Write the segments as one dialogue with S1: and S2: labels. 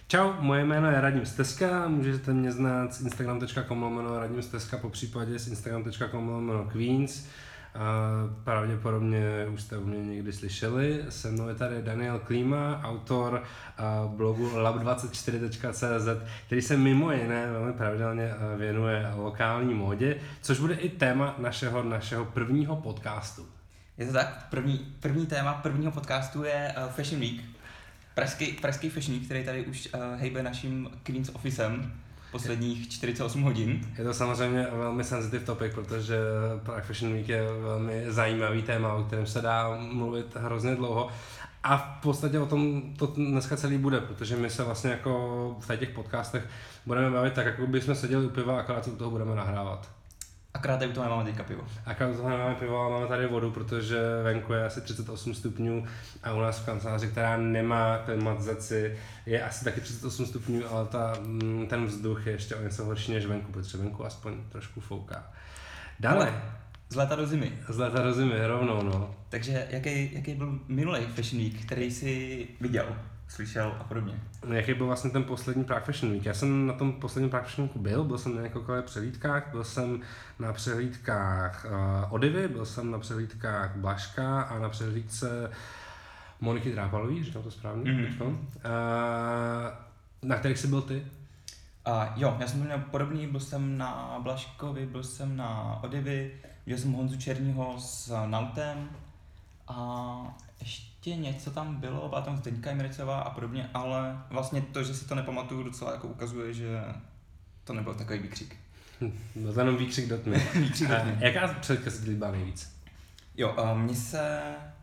S1: Čau, moje jméno je Radim Stezka, můžete mě znát z instagram.com/Radim Stezka, popřípadě z instagram.com/Queens. Pravděpodobně už jste o mě někdy slyšeli. Se mnou je tady Daniel Klíma, autor blogu lab24.cz, který se mimo jiné velmi pravidelně věnuje lokální módě, což bude i téma našeho prvního podcastu.
S2: Je to tak, první téma prvního podcastu je Fashion Week. Pražský Fashion Week, který tady už hejbe naším Queens officem posledních 48 hodin.
S1: Je to samozřejmě velmi sensitive topic, protože Prague Fashion Week je velmi zajímavý téma, o kterém se dá mluvit hrozně dlouho. A v podstatě o tom to dneska celý bude, protože my se vlastně jako v těch podcastech budeme bavit tak, jako bychom seděli u piva, akorát u toho budeme nahrávat.
S2: Akorát tady u toho nemáme teďka pivo.
S1: Akorát u toho nemáme pivo, ale máme tady vodu, protože venku je asi 38 stupňů a u nás v kanceláři, která nemá klimatizaci, je asi taky 38 stupňů, ale ten vzduch je ještě o něco horší než venku, protože venku aspoň trošku fouká. Dále.
S2: Z léta do zimy.
S1: Z léta do zimy, rovnou, no.
S2: Takže jaký byl minulý Fashion Week, který jsi viděl, slyšel a podobně?
S1: Jaký byl vlastně ten poslední Prague Fashion Week? Já jsem na tom posledním Prague Fashion Weeku byl jsem na několika přehlídkách, byl jsem na přehlídkách Odivy, byl jsem na přehlídkách Blažka a na přehlídce Moniky Drápalový, říkám to správně, na kterých jsi byl ty?
S2: Jo, já jsem měl podobný, byl jsem na Blažkovi, byl jsem na Odivy, viděl jsem Honzu Černýho s Nautem a ještě něco tam bylo, byla tam Zdeňka Imricová a podobně, ale vlastně to, že si to nepamatuju, docela jako ukazuje, že to nebyl takový výkřik.
S1: Byl to jenom výkřik do tmy. Jaká přehlídka se ti líbila nejvíc?
S2: Jo, mně se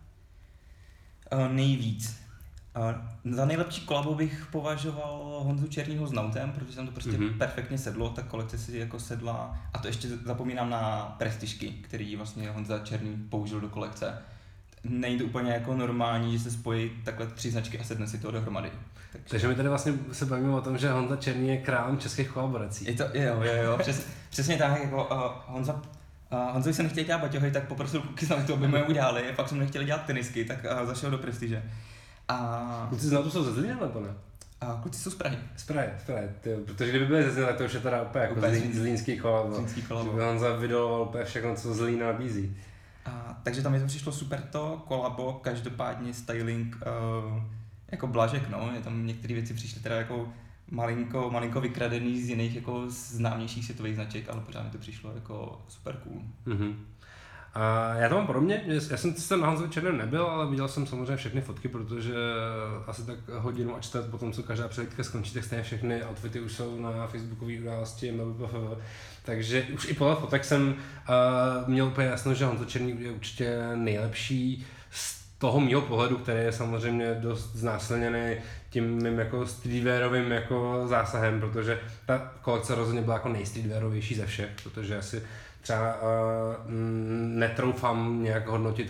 S2: nejvíc. Za nejlepší kolabo bych považoval Honzu Černýho s Nautem, protože tam to prostě perfektně sedlo, ta kolekce si jako sedla a to ještě zapomínám na prestižky, který vlastně Honza Černý použil do kolekce. Není to úplně jako normální, že se spojí takhle 3 značky a sedne si to dohromady.
S1: Takže my tady vlastně se bavíme o tom, že Honza Černý je králem českých kolaborací.
S2: Je to, jo, přesně tak, jako Honzovi se nechtěl dělat baťohy, tak poprosil kluky za to, aby mu je udělali, pak jsem nechtěl dělat tenisky, tak zašel do prestiže.
S1: Kluci z Nautu jsou ze Zlína, nebo ne?
S2: Kluci jsou z Prahy.
S1: Z Prahy, protože kdyby byli ze Zlína, to už je teda úplně jako zlínský kolabo. Že Honza vydoloval úplně všechno, co Zlín nabízí.
S2: Takže tam mi to přišlo super to kolabo, každopádně styling jako Blažek, no, je tam některé věci přišly teda jako malinko vykradený z jiných jako známějších světových značek, ale pořád mi to přišlo jako super cool.
S1: A já to mám podobně, já jsem na Honzovi Černém nebyl, ale viděl jsem samozřejmě všechny fotky, protože asi tak hodinu a čtvrt po tom, co každá přehlídka skončí, tak stejně všechny outfity už jsou na facebookové události MBPFV. Takže už i podle fotek jsem měl úplně jasno, že Honzo Černý je určitě nejlepší z toho mýho pohledu, který je samozřejmě dost znásilněný tím mým jako streetwearovým jako zásahem, protože ta kolekce rozhodně byla jako nejstreetwearovější ze všech, protože asi třeba netroufám nějak hodnotit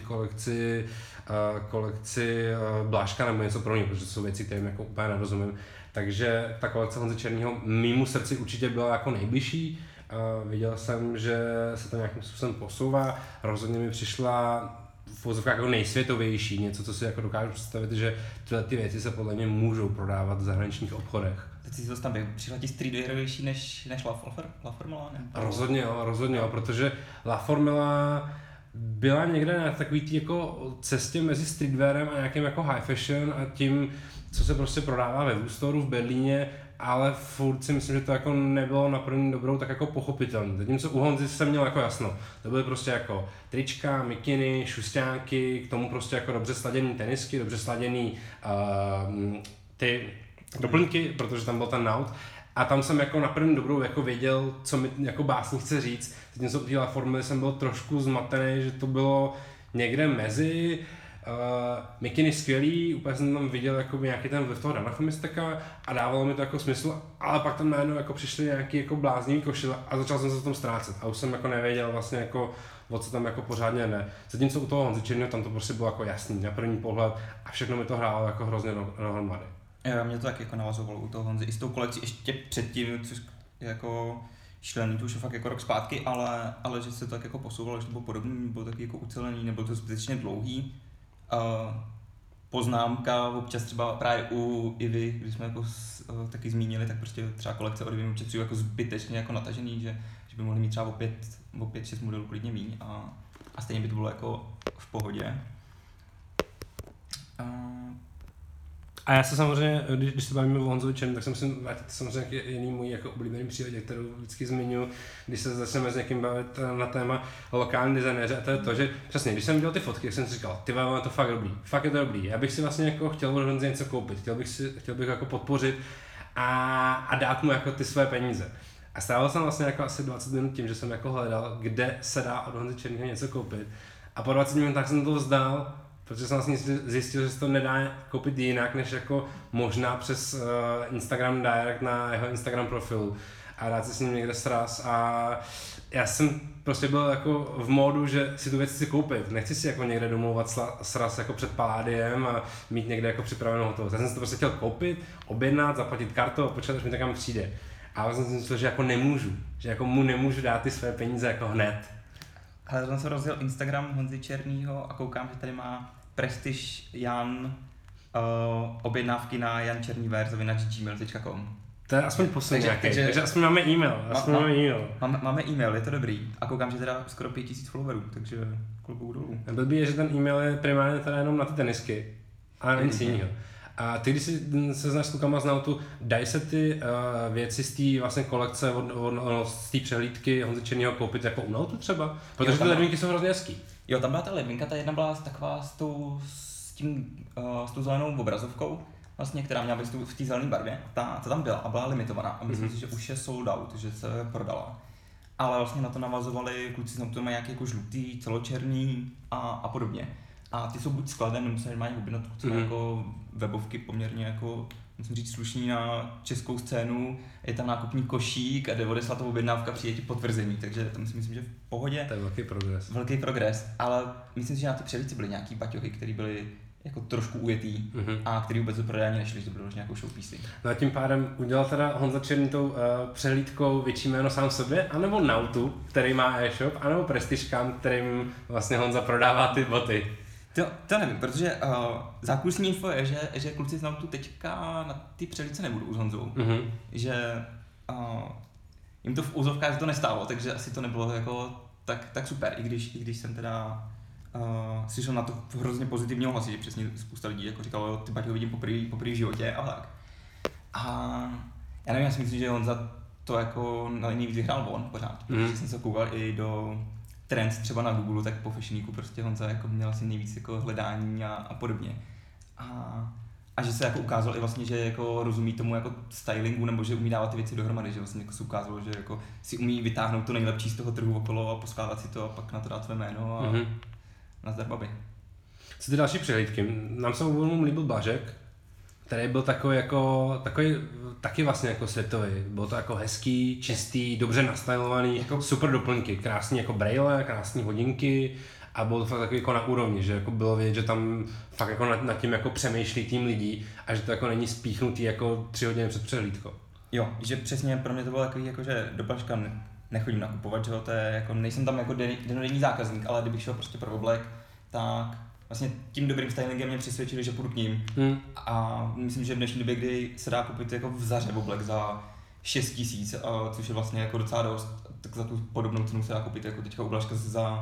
S1: kolekci Blažka nebo něco pro ní, protože to jsou věci, kterým jako úplně nerozumím. Takže ta kolekce Honzy Černýho mýmu srdci určitě byla jako nejbližší. Viděl jsem, že se to nějakým způsobem posouvá. Rozhodně mi přišla v úzovkách jako nejsvětovější, něco, co si jako dokážu představit, že tyhle ty věci se podle mě můžou prodávat v zahraničních obchodech.
S2: Teď si to tam přišla ti streetwearovější než La Formula, ne?
S1: Rozhodně jo, protože La Formula byla někde na takový tý jako cestě mezi streetwearem a nějakým jako high fashion a tím, co se prostě prodává ve Woostoru v Berlíně, ale furt si myslím, že to jako nebylo na první dobrou tak jako pochopitelné. Zatímco u Honzy jsem měl jako jasno, to byly prostě jako trička, mikiny, šusťánky, k tomu prostě jako dobře sladěný tenisky, dobře sladěný ty doplňky, protože tam byl ten Naut. A tam jsem jako na první dobrou jako věděl, co mi jako básník chce říct. Zatímco u téhle formuly jsem byl trošku zmatený, že to bylo někde mezi mikiny skvělý, úplně jsem tam viděl jako nějaký ten vliv toho Dana Chomisteka a dávalo mi to jako smysl, ale pak tam najednou jako přišly nějaký jako bláznivý košile a začal jsem se v tom ztrácet a už jsem jako nevěděl vlastně jako o co tam jako pořádně ne. Zatímco u toho Honzy Černého tam to prostě bylo jako jasný na první pohled a všechno mi to hrálo jako hrozně dohromady.
S2: Jo, mě to tak jako navazovalo u toho Honzy i s tou kolekcí ještě předtím, což je jako šílený, to už je fakt jako rok zpátky, ale že se to tak jako posouvalo, že to bylo podobný, bylo taky jako ucelený, nebylo to zbytečně dlouhý. poznámka, občas třeba právě u Ivy, když jsme jako taky zmínili, tak prostě třeba kolekce od Ivy občas přijde jako zbytečně jako natažený, že by mohli mít třeba o 5-6 modelů klidně míň a stejně by to bylo jako v pohodě.
S1: A já se samozřejmě, když se bavíme o Honzovi Černý, tak se musím vrátit samozřejmě k jiný můj jako oblíbený příhodě, kterou vždycky zmiňuji, když se začneme s někým bavit na téma lokální designéře, a to je to, že přesně, když jsem viděl ty fotky, tak jsem si říkal, ty vole, to fakt dobrý, fakt je to dobrý, já bych si vlastně jako chtěl od Honzy něco koupit, chtěl bych jako podpořit a dát mu jako ty své peníze. A stával jsem vlastně jako asi 20 minut tím, že jsem jako hledal, kde se dá od Honzy Černýho něco koupit. A po 20 minutách jsem to vzdal, protože jsem vlastně zjistil, že se to nedá koupit jinak, než jako možná přes Instagram Direct na jeho Instagram profilu a dát si s ním někde sraz. A já jsem prostě byl jako v módu, že si tu věc chci koupit. Nechci si jako někde domlouvat sraz jako před Palládiem a mít někde jako připravenou hotovost. Já jsem si to prostě chtěl koupit, objednat, zaplatit kartou a počkat, až mi takam přijde. A já jsem si myslel, že jako nemůžu, že jako mu nemůžu dát ty své peníze jako hned.
S2: Ale jsem se rozjel Instagram Honzy Černýho a koukám, že tady má Prestige Jan objednávky na jančernýver@gmail.com.
S1: To je aspoň posun nějaký, takže aspoň máme e-mail.
S2: Máme e-mail, je to dobrý. A koukám, že teda skoro 5000 followerů, takže klobouk dolů.
S1: Blbý je, že ten e-mail je primárně teda jenom na ty tenisky, ale na nic jiného. A ty, když se znáš s klukama z Nautu, dají se ty věci z té vlastně kolekce, z té přehlídky Honzy Černýho koupit jako u Nautu třeba? Protože ty ledvinky jsou hrozně hezký.
S2: Jo, tam byla ta ledvinka, ta jedna byla taková s tou zelenou obrazovkou, vlastně, která měla být v té zelené barvě. Ta tam byla a byla limitovaná a myslím si, že už je sold out, že se prodala. Ale vlastně na to navazovali kluci z Nautu, mají nějaký jako žlutý, celočerný a podobně. A ty jsou buď skladem, nebo se normálně objednat, jako webovky poměrně jako, musím říct, slušný na českou scénu, je tam nákupní košík a jde odeslat objednávka, přijde ti potvrzení, takže tam si myslím, že v pohodě.
S1: To je velký progres.
S2: Ale myslím si, že na ty přehlídce byly nějaký baťohy, které byly jako trošku ujetý a který vůbec do prodání nešli, že to bylo nějakou showpiece.
S1: No a tím pádem udělal teda Honza Černý tou přehlídkou větší jméno sám sobě, anebo Nautu, který má e-shop, anebo Prestižkám, kterým vlastně Honza prodává ty boty.
S2: To nevím, protože zákulisní info je, že kluci z Nautu teďka na ty přehlídce nebudou s Honzou. Že jim to v úzovkách to nestálo, takže asi to nebylo jako tak super, i když jsem teda slyšel na to hrozně pozitivního hlasy, že přesně spousta lidí jako říkalo, ty Baťo vidím poprvé v životě a tak. A já nevím, já si myslím, že Honza to jako nejvíc vyhrál on pořád, protože jsem se koukal i do Trends třeba na Google, tak po fashioníku prostě Honza jako měl asi nejvíc jako hledání a podobně. A že se jako ukázal i vlastně, že jako rozumí tomu jako stylingu, nebo že umí dávat ty věci dohromady, že vlastně jako se ukázalo, že jako si umí vytáhnout to nejlepší z toho trhu okolo a poskládat si to a pak na to dát své jméno a nazdar babi.
S1: Co ty další přehlídky? Nám se velmi líbil Blažek, který byl takový taky vlastně jako světový. Bylo to jako hezký, čistý, dobře nastylovaný, jako super doplňky, krásný jako brejle, krásný hodinky a bylo to fakt takový jako na úrovni, že jako bylo vidět, že tam fakt jako nad tím jako přemýšlí tým lidí a že to jako není spíchnutý jako 3 hodiny před přehlídkou.
S2: Jo, že přesně pro mě to bylo takový jako, že do Blažka nechodím nakupovat, že jo, to je jako, nejsem tam jako dennodenní zákazník, ale kdybych šel prostě pro oblek, tak vlastně tím dobrým stylingem mě přesvědčili, že půjdu k ním. A myslím, že v dnešní době, kdy se dá koupit jako v Zaře oblek za 6 000, což je vlastně jako docela dost, tak za tu podobnou cenu se dá koupit jako teďka u Blažka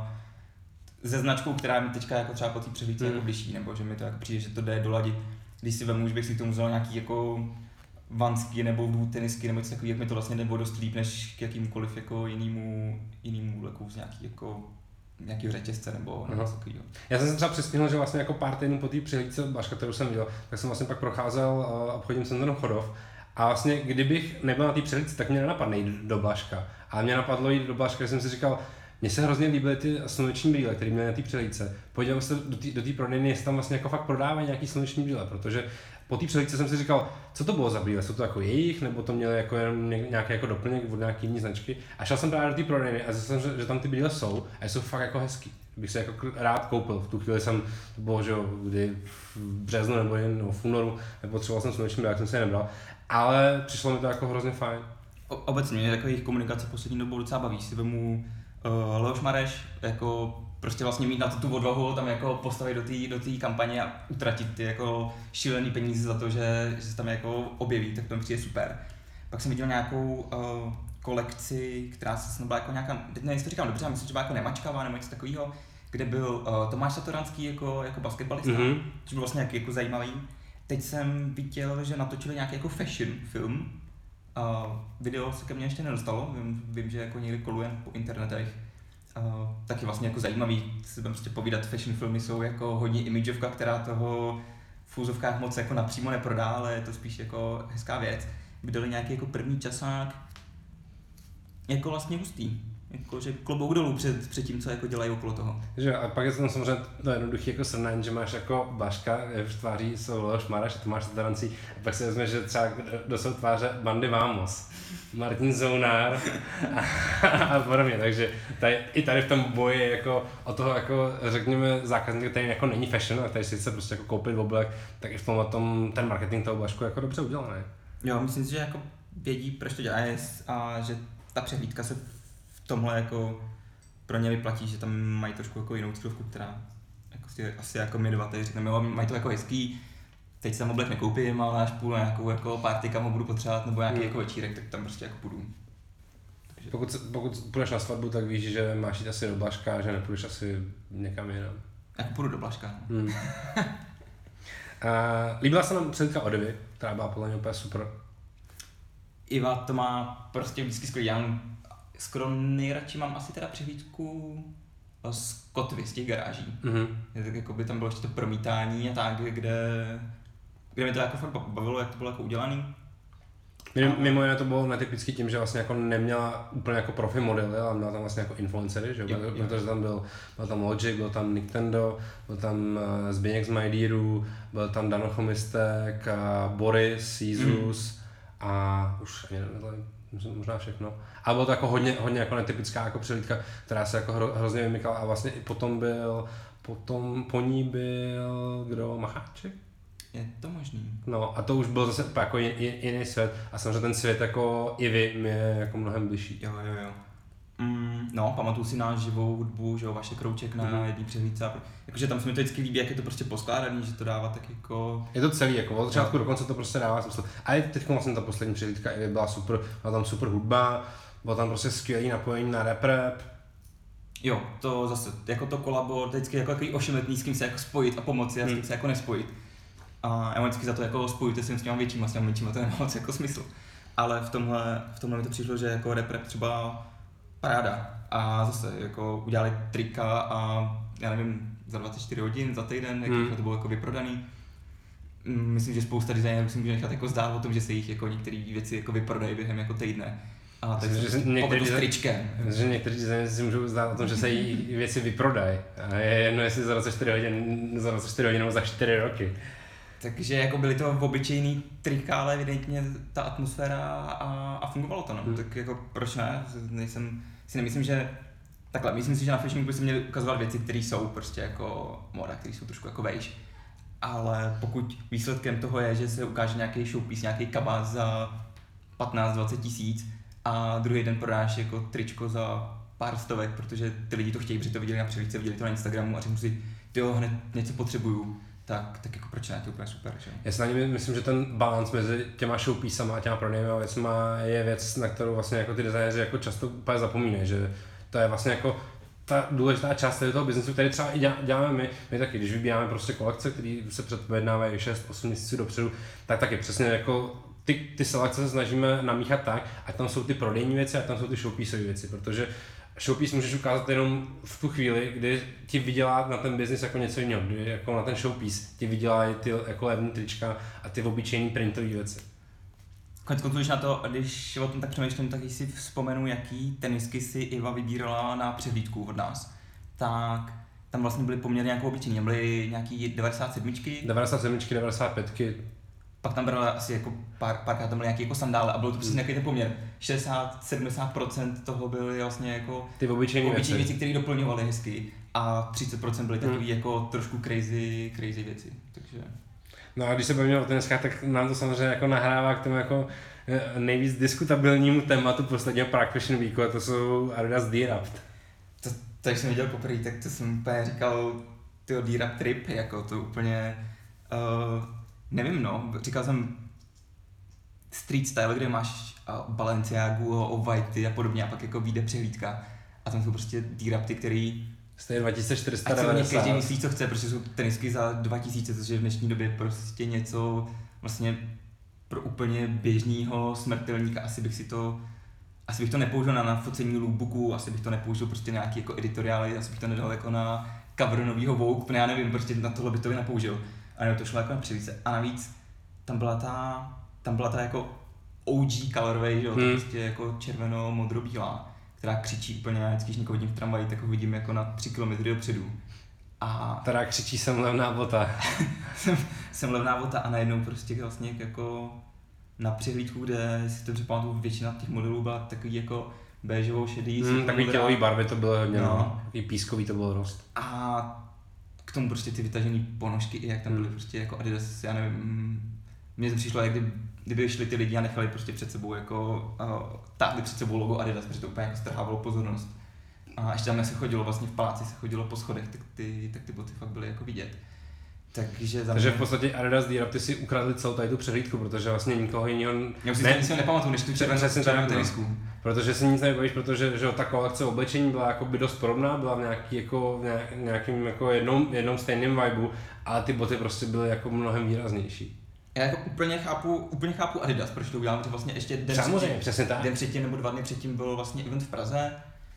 S2: ze značkou, která mi teďka jako třeba po té přehlídce jako bližší, nebo že mi to jako přijde, že to jde doladit. Když si vemu, že bych si k tomu vzal nějaký jako vansky nebo tenisky nebo něco takový, jak mi to vlastně nebo dost líp než k jakýmkoliv jako jinému vleku z nějakého řetězce nebo něco takového.
S1: Já jsem se třeba přesněhl, že vlastně jako pár týdnů po té přehlídce Blažka, kterou jsem viděl, tak jsem vlastně pak procházel obchodním centrem Chodov a vlastně kdybych nebyl na té přehlídce, tak mě nenapadne jít do Blažka. Ale mě napadlo jít do Blažka, že jsem si říkal, mně se hrozně líbily ty sluneční brýle, které měly na té přehlídce. Podívám se do té prodejny, jestli tam vlastně jako fakt prodávají nějaký sluneční brýle, protože po té přehlídce jsem si říkal, co to bylo za brýle, jsou to jako jejich, nebo to měly jako jenom nějaký jako doplněk od nějaký jiný značky. A šel jsem právě do té prodejny a zjistil jsem, že tam ty brýle jsou a jsou fakt jako hezký. Bych se jako rád koupil. V tu chvíli jsem, to bylo, že kdy v březnu nebo v únoru, nepotřeboval jsem sluneční brýle, jak jsem se je nebral, ale přišlo mi to jako hrozně fajn.
S2: Obecně mě takových komunikace poslední dobou docela baví, si vemu Leoš Mareš jako prostě vlastně mít na to tu odvahu tam jako postavit do té kampaně a utratit ty jako šílený peníze za to, že se tam jako objeví, tak to mi přijde super. Pak jsem viděl nějakou kolekci, která se snad byla jako nějaká, teď nevím, jestli to říkám dobře, myslím, že byla jako nemačkavá nebo něco takového, kde byl Tomáš Satoranský jako basketbalista, což byl vlastně nějaký jako zajímavý. Teď jsem viděl, že natočili nějaký jako fashion film. Video se ke mně ještě nedostalo, vím, že jako někdy koluje po internetech. Taky vlastně jako zajímavý, si budeme prostě povídat, fashion filmy jsou jako hodně imageovka, která toho v úzovkách moc jako napřímo neprodá, ale je to spíš jako hezká věc. Vydali nějaký jako první časák, jako vlastně hustý. Jako, že klobouk dolů před tím, co jako dělají okolo toho.
S1: Že, a pak je to samozřejmě to jednoduchý jako srovnání, že máš jako Blažka, v tváří jsou Leoš Maraš, to máš Satorancí, a pak si vezmeš, že třeba do jsou tváře Bandy Vámos, Martin Zounár a podobně, takže i tady v tom boji jako o toho jako řekněme zákazník, který jako není fashion, a který si chce prostě jako koupit oblek, tak i v tom ten marketing toho Blažku jako dobře udělaný.
S2: Jo, myslím si, že jako vědí, proč to dělají a že ta přehlídka se v tomhle jako pro ně vyplatí, že tam mají trošku jako jinou cílovku, která jako asi jako my dva tady řekneme, mají to jako hezký, teď si tam oblek nekoupím, ale až půjdu na nějakou jako party, kam ho budu potřebovat, nebo nějaký jako večírek, tak tam prostě jako půjdu.
S1: Takže... Pokud půjdeš na svatbu, tak víš, že máš jít asi do Blažka, že nepůjdeš asi někam jinam.
S2: Jako půjdu do Blažka.
S1: Líbila se nám přehlídka Odevy, která byla podle mě úplně super.
S2: Iva to má prostě vždycky skvělý, já skoro nejradši mám asi teda přehlídku z kotvy, z těch garáží. Tak jako by tam bylo ještě to promítání a tak, kde mě to jako fakt bavilo, jak to bylo jako udělaný.
S1: Mimo jiné to bylo netypicky tím, že vlastně jako neměla úplně jako profi modely, ale měla tam vlastně jako influencery, že? Protože tam byl tam Logic, byl tam Nintendo, byl tam Zběněk z Majdíru, byl tam Dano Chomistek, Boris, Jesus a už ani nevím, možná všechno. A bylo to jako hodně jako netypická jako přehlídka, která se jako hrozně vymykala a vlastně i potom po ní byl kdo? Macháček?
S2: Je to možný.
S1: No a to už byl zase jako jiný svět a samozřejmě ten svět jako Ivy mi je jako mnohem bližší.
S2: Jo. No, pamatuju si na živou hudbu, že jo, Vašek Krouček na jedný přehlídce. Jakože tam se mi to vždycky líbí, jak je to prostě poskládaný, že to dává tak jako...
S1: Je to celý, jako od začátku do konce to prostě dává smysl. A i teď vlastně ta poslední přehlídka Ivy byla super, byla tam super hudba, bylo tam prostě skvělý napojení na rap.
S2: Jo, to zase, jako to kolabo, vždycky jako takový ošemetný, s kým se jako spojit a pomoci a s kým se jako nespojit. A já vždycky za to jako spojujte se s těma většíma, s těma menšíma, to nemá moc jako smysl. Ale v tomhle mi to přišlo, že jako rap třeba paráda. A zase jako udělali trika a já nevím, za 24 hodin, za týden, jak to bylo jako vyprodaný. Myslím, že spousta designérů si může nechat jako zdát o tom, že se jich jako některé věci jako vyprodají během jako týdne. A tak s tričkem.
S1: Že někteří designérů si můžou zdát o tom, že se jí věci vyprodají. A je jedno, jestli za 24 hodin nebo za 4 roky.
S2: Takže jako byly to obyčejný trika, ale evidentně ta atmosféra a fungovalo to, no. Tak jako proč ne? Nemyslím, že takhle, myslím si, že na Fashion Weeku by se měli ukazovat věci, které jsou prostě jako moda, které jsou trošku jako vejš. Ale pokud výsledkem toho je, že se ukáže nějaký showpiece, nějaký kabát za 15-20 tisíc a druhý den prodáš jako tričko za pár stovek, protože ty lidi to chtějí, protože to viděli na přehlídce, viděli to na Instagramu a řeknu si, tyjo, hned něco potřebuju. Tak jako proč ne, to je úplně super, že?
S1: Já si na ní myslím, že ten balans mezi těma showpiecama a těma prodejnýma věcma je věc, na kterou vlastně jako ty designéři jako často úplně zapomínají, že to je vlastně jako ta důležitá část toho biznesu, který třeba i děláme my taky, když vybíráme prostě kolekce, které se předpovědnávají 6-8 měsíců dopředu, tak taky přesně jako ty selekce se snažíme namíchat tak, ať tam jsou ty prodejní věci, ať tam jsou ty showpieceové věci, protože showpiece můžeš ukázat jenom v tu chvíli, kdy ti vydělá na ten biznis jako něco jiného, kdy jako na ten showpiece ti vydělají ty jako levný trička a ty obyčejný printové věci.
S2: Konec když na to, když o tom tak přemýšlím, tak si vzpomenu, jaký tenisky si Iva vybírala na přehlídku od nás. Tak tam vlastně byly poměrně jako obyčejný, byly nějaký 97.
S1: 95.
S2: Pak tam brala asi jako párkrát tam byly nějaký jako sandále a bylo to přesně nějaký ten poměr. 60-70% toho byly vlastně jako
S1: ty obyčejné
S2: věci, které doplňovaly hezky a 30% byly takový jako trošku crazy věci. Takže...
S1: No a když se bavíme o teniskách, tak nám to samozřejmě jako nahrává k tomu jako nejvíc diskutabilnímu tématu posledního Prague Fashion Weeku a to jsou Adidas D-Rapt.
S2: tak jsem viděl poprvé, tak to jsem úplně říkal, tyho D-Rap trip, jako to úplně, nevím no, říkal jsem street style, kde máš Balenciagu, Off-Whitey a podobně a pak jako vyjde přehlídka a tam jsou prostě D-Rapty, který
S1: Stejně 2490.
S2: ať si každý myslí, co chce, protože jsou tenisky za 2000, což je v dnešní době prostě něco vlastně pro úplně běžného smrtelníka, asi bych to nepoužil na focení lookbooku, asi bych to nepoužil prostě nějaký jako editoriály, asi bych to nedal jako na cover novýho Vogue, já nevím, prostě na tohle bych to nepoužil. A nebo to šlo jako na převíce. A navíc tam byla ta jako OG colorway, že jo, to prostě jako červeno-modro-bílá, která křičí úplně, vždycky, když někoho vidím v tramvaji, tak ho vidím jako na 3 km dopředu. A
S1: která křičí jsem levná bota.
S2: jsem levná bota a najednou prostě vlastně jako na přehlídku, kde si to připamatuju, většina těch modelů byla takový jako béžovou šedý.
S1: Takový tělový barvy to bylo hodně, no. Takový pískový to bylo dost.
S2: A k tomu prostě ty vytažený ponožky, i jak tam byly prostě jako Adidas, já nevím, mně to přišlo, jak kdyby šli ty lidi a nechali prostě před sebou jako, táhli před sebou logo Adidas, protože to úplně jako strhávalo pozornost. A ještě tam, jak se chodilo vlastně v paláci, se chodilo po schodech, tak ty boty fakt byly jako vidět. Takže
S1: v podstatě Adidas D-Rapty si ukradli celou tady tu přehlídku, protože vlastně nikoho jiného
S2: Já si nic nepamatuju, než tu červenou tenisku.
S1: Protože si nic nevybavíš, protože že ta kolekce oblečení byla jako by dost podobná, byla v nějakým jako jednom stejném vibeu, ale ty boty prostě byly jako mnohem výraznější.
S2: Já jako úplně chápu Adidas, proč to udělám, protože vlastně ještě den předtím nebo 2 dny předtím byl vlastně event v Praze.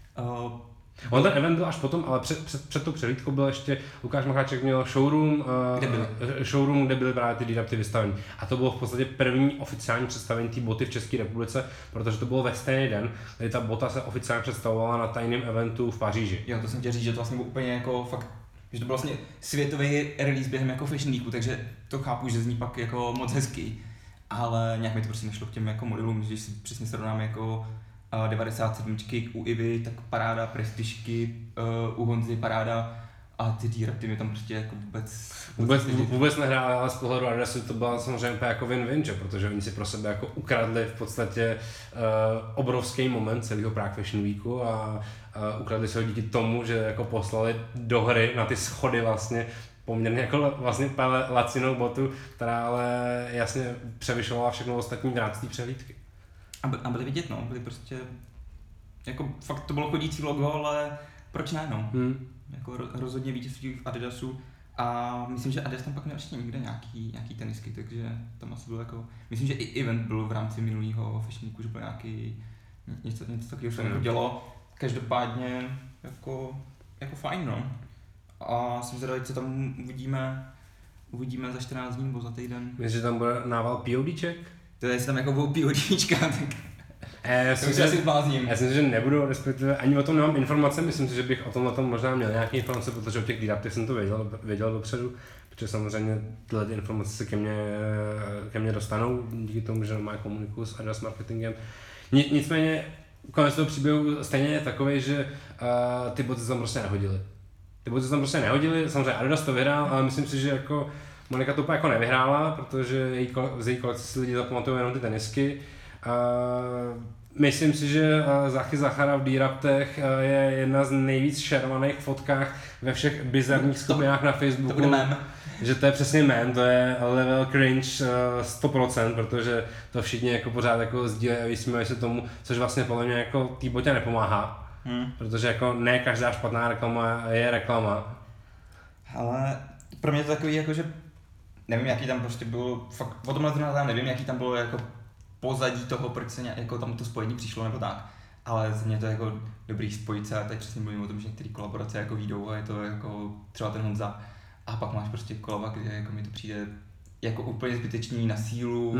S1: On ten event byl až potom, ale před tou přehlídkou byl ještě Lukáš Macháček měl showroom, kde byly právě ty D-Rapty vystaveny. A to bylo v podstatě první oficiální představení té boty v České republice, protože to bylo ve stejný den, kdy ta bota se oficiálně představovala na tajném eventu v Paříži.
S2: Jo, to jsem chtěl říct, že to vlastně bylo úplně jako fakt, že to byl vlastně světový release během jako Fashion Weeku, takže to chápu, že zní pak jako moc hezký. Ale nějak mi to prostě nešlo k těm jako modelům, když si přesně srovnám jako 97 u Ivy, tak paráda, prestižky, u Honzy paráda a ty D-Rapty mi tam prostě jako
S1: vůbec nehráli, ale z pohledu Adidasu to byla samozřejmě jako win-win, že? Protože oni si pro sebe jako ukradli v podstatě obrovský moment celého Prague Fashion Weeku a ukradli se ho díky tomu, že jako poslali do hry na ty schody vlastně poměrně jako vlastně lacinou botu, která ale jasně převyšovala všechno ostatní v rámci té přehlídky.
S2: A byli vidět, no, byli prostě, jako fakt to bylo chodící logo, ale proč ne, no. Jako rozhodně vítězství v Adidasu a myslím, že Adidas tam pak měl ještě někde nějaký tenisky, takže tam asi bylo jako, myslím, že i event byl v rámci minulého Fashion Weeku, že byl nějaký, něco takového se dělo, každopádně jako fajn, no. A jsem zvědavý, co tam uvidíme za 14 dní nebo za týden.
S1: Myslíš, že tam bude nával PODček?
S2: To je tam jako budou PODčka, tak
S1: já si myslím, že nebudu, respektive ani o tom nemám informace, myslím si, že bych o tomhle možná měl nějaké informace, protože o těch D-Raptech jsem to věděl dopředu, protože samozřejmě tyhle informace se ke mně dostanou díky tomu, že má komunikuju s Adidas marketingem. Nicméně konec toho příběhu stejně je takový, že ty boty se tam prostě nehodily. Samozřejmě Adidas to vyhrál, ale myslím si, že jako Monika to úplně jako nevyhrála, protože z její kolekce si lidi zapamatují jenom ty tenisky. Myslím si, že Zachy Zachara v D-Raptech je jedna z nejvíc šerovaných fotkách ve všech bizarních skupinách na Facebooku.
S2: To bude mém.
S1: Že to je přesně mém, to je level cringe 100%, protože to všichni jako pořád jako sdílejí a vysmívají se tomu, což vlastně podle mě jako té botě nepomáhá. Protože jako ne každá špatná reklama je reklama.
S2: Ale pro mě to takový jako, že nevím, jaký tam prostě bylo, fakt o tomhle zrovna nevím, jaký tam bylo jako pozadí toho, proč se jako tam to spojení přišlo nebo tak. Ale za mě to je jako dobrý spojit se a tady přesně mluvím o tom, že některé kolaborace jako výjdou a je to jako třeba ten Honza. A pak máš prostě kolaba, kde jako mi to přijde jako úplně zbytečný na sílu.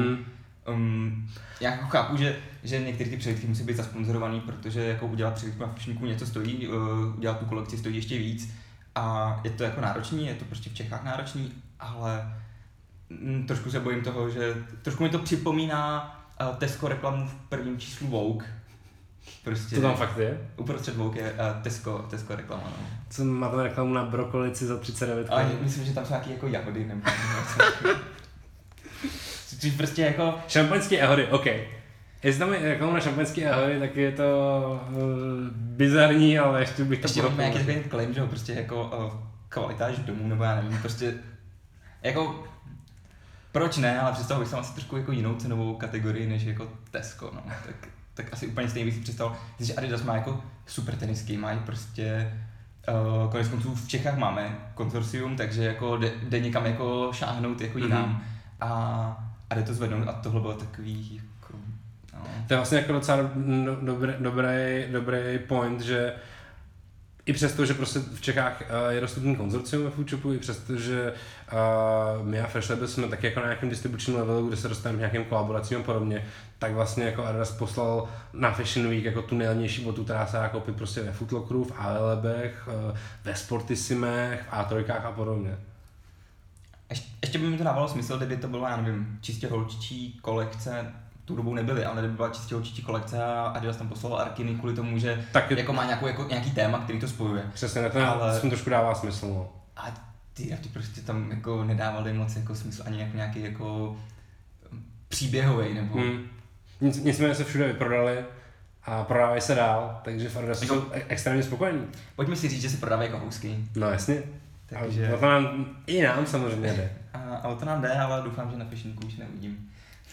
S2: Já jako chápu, že některé ty přehlídky musí být zasponzorovaný, protože jako udělat přehlídku na Fashion Weeku něco stojí, udělat tu kolekci stojí ještě víc. A je to jako náročný, je to prostě v Čechách náročný, ale trošku se bojím toho, že trošku mi to připomíná Tesco reklamu v prvním číslu Vogue. Prostě
S1: to tam fakt je?
S2: Uprostřed Vogue je Tesco reklama, no.
S1: Co má tam reklamu na brokolici za 39
S2: korun? Ale myslím, že tam jsou nějaký jako jahody nebo prostě jako...
S1: Šampaňské jahody, OK. Jestli tam je reklamu na šampaňský ahoj, tak je to bizarní, ale ještě bych to
S2: ještě máme nějaký takový claim, že jo, prostě jako kvalita až domů, nebo já nevím, prostě jako proč ne, ale představil bych tam asi trošku jako jinou cenovou kategorii, než jako Tesco, no, tak asi úplně stejně bych si představil, že Adidas má jako super tenisky, mají prostě konec konců v Čechách máme konsorcium, takže jako jde někam jako šáhnout jako jinam a jde to zvednout a tohle bylo takový jako, no.
S1: To je vlastně jako docela dobrý point, že i přesto, že prostě v Čechách je dostupný konzorcium ve Foodshopu, i přesto, že my a Fresh Label jsme taky jako na nějakém distribučním levelu, kde se dostaneme k nějakým kolaboracím a podobně, tak vlastně jako Adidas poslal na Fashion Week jako tu nejlevnější botu, která se dá koupit prostě ve Foot Lockeru, v Ale Labech, ve Sportissimech, v A3 a podobně.
S2: Ještě by mi to dávalo smysl, kdyby to bylo, já nevím, čistě holčičí kolekce, tu dobu nebyly, ale kdyby byla čistě holčičí kolekce a Adidas tam poslal Arkiny kvůli tomu, že tak jako má nějaký téma, který to spojuje.
S1: Přesně, to mi trošku dává smysl. No.
S2: A ty prostě tam jako nedávali moc jako smysl ani jako nějaký jako příběhový nebo...
S1: Nicméně se všude vyprodali a prodávají se dál, takže v Adidasu jsou extrémně spokojení.
S2: Pojďme si říct, že se prodávají jako housky.
S1: No jasně.
S2: Takže...
S1: A to nám, i nám samozřejmě jde.
S2: A o to nám jde, ale doufám, že na Fashion Weeku už neuvidím.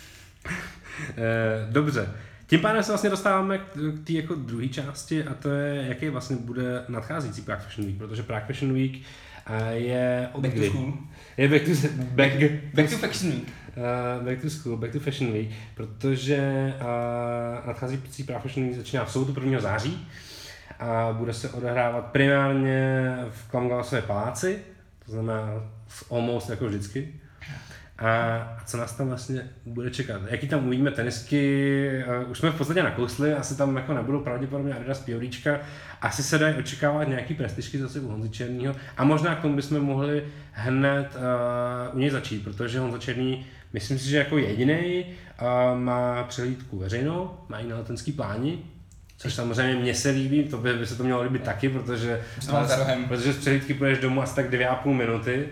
S1: Dobře. Tím pádem se vlastně dostáváme k té jako druhé části a to je, jaký vlastně bude nadcházející Prague Fashion Week, protože Prague Fashion Week je
S2: back to school.
S1: Je back
S2: to Fashion Week.
S1: Back to school, back to Fashion Week, protože nadcházející Prague Fashion Week začíná v sobotu 1. září a bude se odehrávat primárně v Klamgalasově paláci, to znamená almost jako vždycky. A co nás tam vlastně bude čekat? Jaký tam uvidíme tenisky, už jsme v podstatě nakousli, asi tam jako nebudou pravděpodobně Adidas PODčka, asi se dají očekávat nějaký prestižky zase u Honzy Černýho a možná k tomu bychom mohli hned u něj začít, protože Honza Černý, myslím si, že jako jedinej má přehlídku veřejnou, má i na letenský pláni, což samozřejmě mně se líbí, to by se to mělo líbit taky, protože z přehlídky půjdeš domů asi tak 2,5 minuty.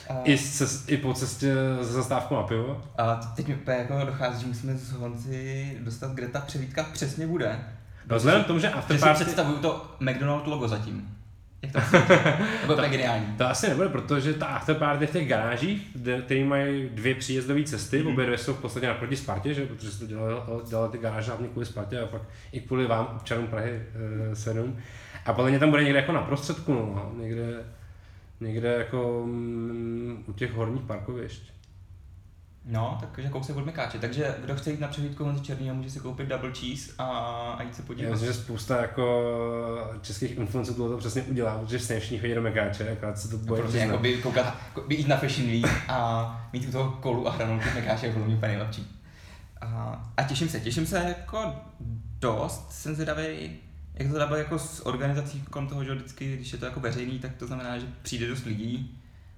S1: I po cestě za zastávkou na pivo.
S2: A teď mi jako dochází, že musíme z Honzy dostat, kde ta přehlídka přesně bude.
S1: No vzhledem k tomu, že afterparty...
S2: si představuju to McDonald's logo zatím. Jak to bude to geniální.
S1: To asi nebude, protože ta afterparty v těch garážích, které mají 2 příjezdové cesty, obě dvě jsou v podstatě naproti Spartě, že? Protože se to dělali ty garáže hlavně kvůli Spartě a pak i kvůli vám, občanům Prahy 7. A podle mě tam bude někde jako na prostředku, no, někde jako u těch horních parkovišť.
S2: No, takže kousek od Mekáče. Takže kdo chce jít na přehlídku Honzy Černýho, může si koupit double cheese a jít se podívat.
S1: Já myslím, že spousta jako českých influencerů to přesně udělá, protože stejně všichni chodí do Mekáče, akorát se to bojí.
S2: Prostě jako by jít na Fashion Week a mít u toho kolu a hranolky v Mekáče je úplně nejlepší. A těším se jako dost, jsem zvědavý, jak to bude jako s organizací kolem toho, že vždycky, když je to jako veřejný, tak to znamená, že přijde dost lidí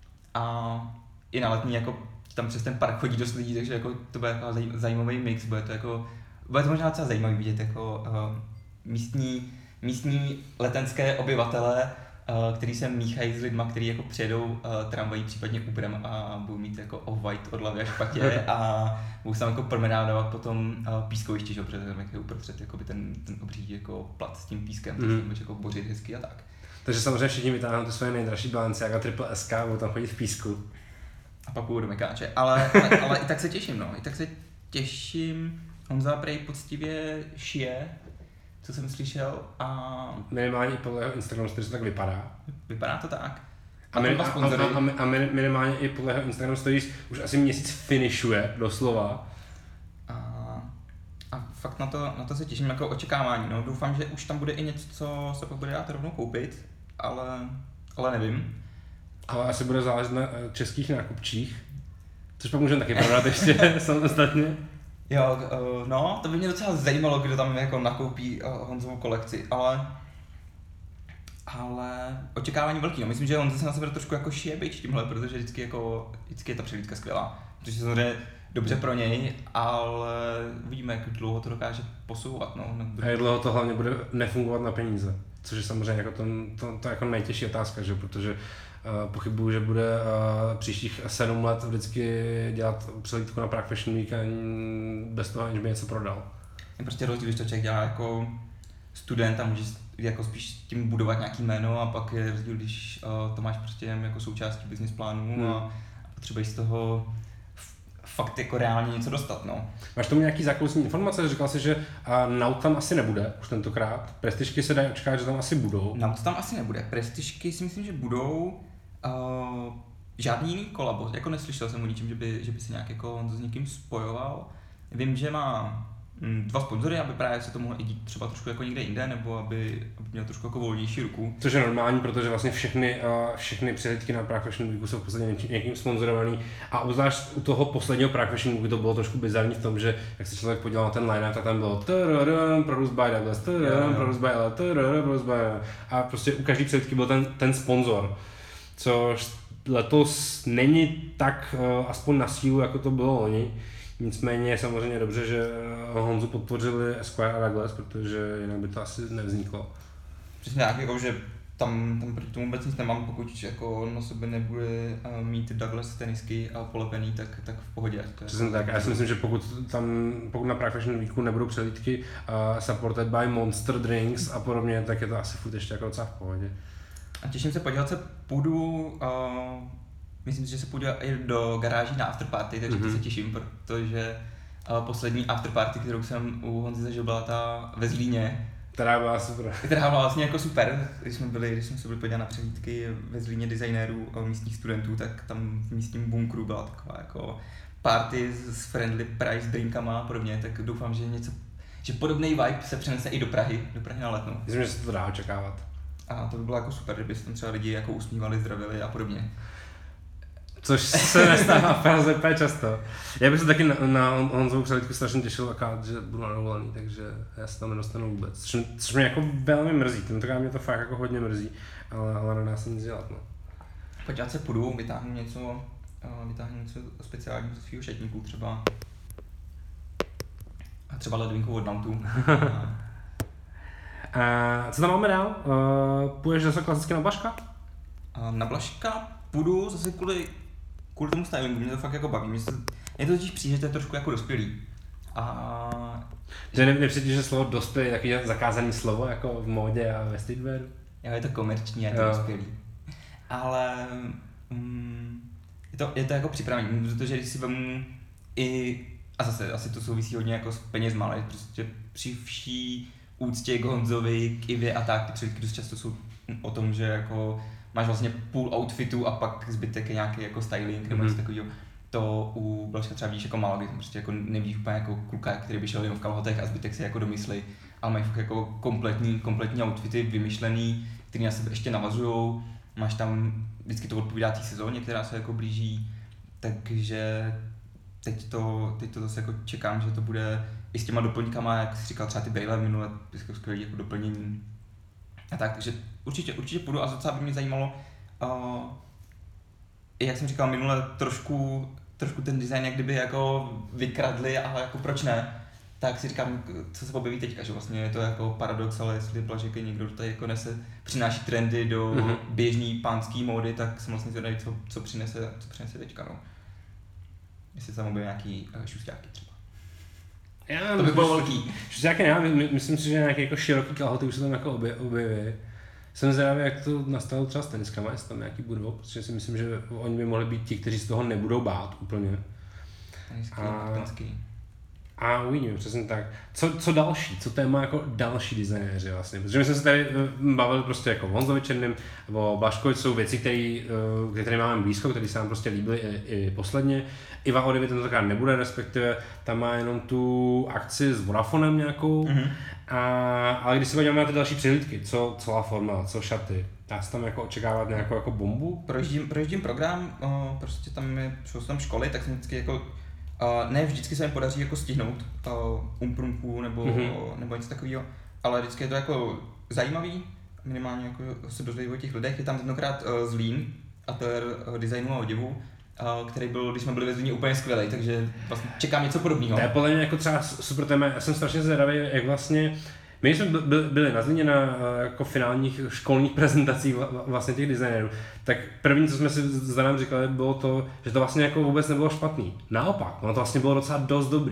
S2: a i na Letní jako tam přes ten park chodí dost lidí, takže jako to bude jako zajímavý mix, bude to možná docela zajímavý vidět jako místní letenské obyvatele, který se míchají s lidma, kteří jako přijedou tramvají, případně Uberem a budou mít jako off-white od hlavy až patě a budou se tam jako promenádovat potom pískoviště, že? Protože tam je uprostřed ten obří jako plat s tím pískem, takže tam jako bořit hezky a tak.
S1: Takže samozřejmě všichni vytáhnou ty svoje nejdražší Balenciaga jako triple SK, budou tam chodit v písku.
S2: A pak půjdu do Mekáče, ale i tak se těším, no, Honza prej poctivě šije, co jsem slyšel a...
S1: Minimálně i podle jeho Instagramu stories tak vypadá.
S2: Vypadá to tak.
S1: A minimálně i podle jeho Instagramu stories už asi měsíc finišuje, doslova.
S2: A fakt na to se těším jako očekávání, no. Doufám, že už tam bude i něco, co se pak bude dát rovnou koupit, ale nevím.
S1: Ale asi bude záležet na českých nákupčích, což pak můžeme taky prodat ještě samostatně.
S2: Jo, no, to by mě docela zajímalo, kdo tam jako nakoupí Honzovu kolekci, ale očekávání velký, no. Myslím, že Honza se na sebe trošku jako šije bič tímhle, protože vždycky je ta přehlídka skvělá, což je samozřejmě dobře pro něj, ale uvidíme, jak dlouho to dokáže posouvat, no.
S1: A jak dlouho to hlavně bude nefungovat na peníze, což je samozřejmě jako to jako nejtěžší otázka, že? Protože pochybuju, že bude příštích 7 let vždycky dělat přehlídku na Prague Fashion Week bez toho, aniž by něco prodal.
S2: je prostě rozdíl, když to člověk dělá jako student a můžeš jako spíš tím budovat nějaký jméno a pak je rozdíl, když to máš prostě jako součástí business plánu a potřebuješ z toho fakt jako reálně něco dostat, no.
S1: Máš tomu nějaký zákulisní informace? Říkal jsi, že Naut tam asi nebude už tentokrát. Prestižky se dají očekávat, že tam asi budou.
S2: Naut tam asi nebude. Prestižky si myslím, že budou. Žádný jiný kolabo, jako neslyšel jsem o ničem, že by se nějak jako s někým spojoval. Vím, že má 2 sponzory, aby právě se to mohlo i dít třeba trošku jako někde jinde, nebo aby měl trošku jako volnější ruku.
S1: Což je normální, protože vlastně všechny přehlídky na Prague Fashion Weeku jsou v podstatě někým sponzorovaný. A obzvlášť u toho posledního Prague Fashion Weeku to bylo trošku bizarní v tom, že jak se člověk podíval na ten line-up, tak tam bylo produced by Douglas, produced by L, produced by a prostě u každý přehlídky byl ten sponzor. Což letos není tak aspoň na sílu, jako to bylo loni. Nicméně je samozřejmě dobře, že Honzu podpořili Esquire a Douglas, protože jinak by to asi nevzniklo.
S2: Přesně tak, jako, že tam proti tomu vůbec nic nemám, pokud jako na sobě nebude mít Douglas tenisky a polepený, tak v pohodě.
S1: Přesně tak, já si myslím, že pokud na Prague Fashion Weeku nebudou přehlídky supported by Monster Drinks a podobně, tak je to asi furt ještě jako docela v pohodě.
S2: A těším se podívat se, myslím si, že se půjdu i do garáží na afterparty, takže to se těším, protože poslední afterparty, kterou jsem u Honzy zažil, byla ta ve Zlíně.
S1: Která byla super.
S2: Která byla vlastně jako super, když jsme se byli podívat na přehlídky ve Zlíně designérů místních studentů, tak tam v místním bunkru byla taková jako party s friendly price drinkama a podobně, tak doufám, že podobný vibe se přenese i do Prahy na Letnou.
S1: Myslím, že se to dá očekávat.
S2: A to by bylo jako super, kdyby se tam třeba lidi jako usmívali, zdravili a podobně.
S1: Což se nestává v Praze úplně často. Já bych se taky na Honzovu přehlídku strašně těšil, akorát, že budu na dovolený, takže já se tam nedostanu vůbec. Což mě jako velmi mrzí, tentokrát mě to fakt jako hodně mrzí, ale nedá se nic dělat, no.
S2: Podívat se půjdu, vytáhnu něco speciálního ze svýho šatníku třeba. A třeba ledvinku od Nautu.
S1: Co tam máme dál? Půjdeš zase klasicky na Blažka?
S2: Na Blažka půjdu zase kvůli tomu stylingu, mě to fakt jako baví. Mě to totiž přijde, že to je trošku jako dospělý.
S1: Že nepřijde, že slovo dospělý je takový zakázaný slovo jako v módě a ve streetwearu?
S2: Jo, je to komerční a je to dospělý. Ale je to jako připravený, protože když si vemu a zase asi to souvisí hodně jako s penězma, ale prostě při vší úctě k Honzovi, k Ivě a tak, ty přehlídky dost často jsou o tom, že jako máš vlastně půl outfitu a pak zbytek je nějaký jako styling nebo něco takového. To u Blažka třeba vidíš jako málo, kdy tam prostě jako nevidíš úplně jako kluka, který by šel jenom v kalhotech a zbytek si jako domyslí, ale mají fakt jako kompletní outfity vymyšlený, který na sebe ještě navazujou. Máš tam, vždycky to odpovídá té sezóně, která se jako blíží, takže teď to zase jako čekám, že to bude i s těma doplňkama, jak jsi říkal třeba ty brejle minule, jako skvělý jako doplnění. A tak, takže určitě půjdu a docela by mě zajímalo, jak jsem říkal minule, trošku ten design jak kdyby jako vykradli a jako proč ne, tak si říkám, co se objeví teďka, že vlastně je to jako paradox, ale jestli Blažek je někdo, kdo tady jako přináší trendy do běžný pánský módy, tak jsem vlastně zvědavý, co přinese teďka, no. Jestli tam objeví nějaký šusťáky třeba. To by bylo velký.
S1: Šusťáky nemám, myslím si, že nějaké jako široký kalhoty už se tam jako objeví. Jsem zvědavý, jak to nastalo třeba s teniskama, jestli tam nějaký budou, protože si myslím, že oni by mohli být ti, kteří z toho nebudou bát úplně.
S2: Tenisky.
S1: A uvidíme, přesně tak. Co další? Co téma jako další designéři vlastně? Protože my jsme se tady bavili prostě jako o Honzovi Černým, o Blažkovi, jsou věci, které máme blízko, které se nám prostě líbily i posledně. Iva Odivy tentokrát nebude, respektive tam má jenom tu akci s Vodafonem nějakou. Ale když si podíváme na ty další přehlídky, co celá forma, co šaty, dá se tam jako očekávat nějakou jako bombu?
S2: Projíždím program, prostě šel jsem školy, tak jsem vždycky jako ne vždycky se mi podaří jako stihnout umprumku nebo něco takového, ale vždycky je to jako zajímavý, minimálně jako se dozvědět o těch lidech. Je tam tentokrát Zlín, ateliér designu a oděvu, který byl, když jsme byli ve Zlíně, úplně skvělý, takže vlastně čekám něco podobného.
S1: To je podle mě jako třeba super téma, já jsem strašně zvědavý, jak vlastně my jsme byli na Zlíně na jako finálních školních prezentacích vlastně těch designérů, tak první, co jsme si s Danem říkali, bylo to, že to vlastně jako vůbec nebylo špatný. Naopak, ono to vlastně bylo docela dost dobrý.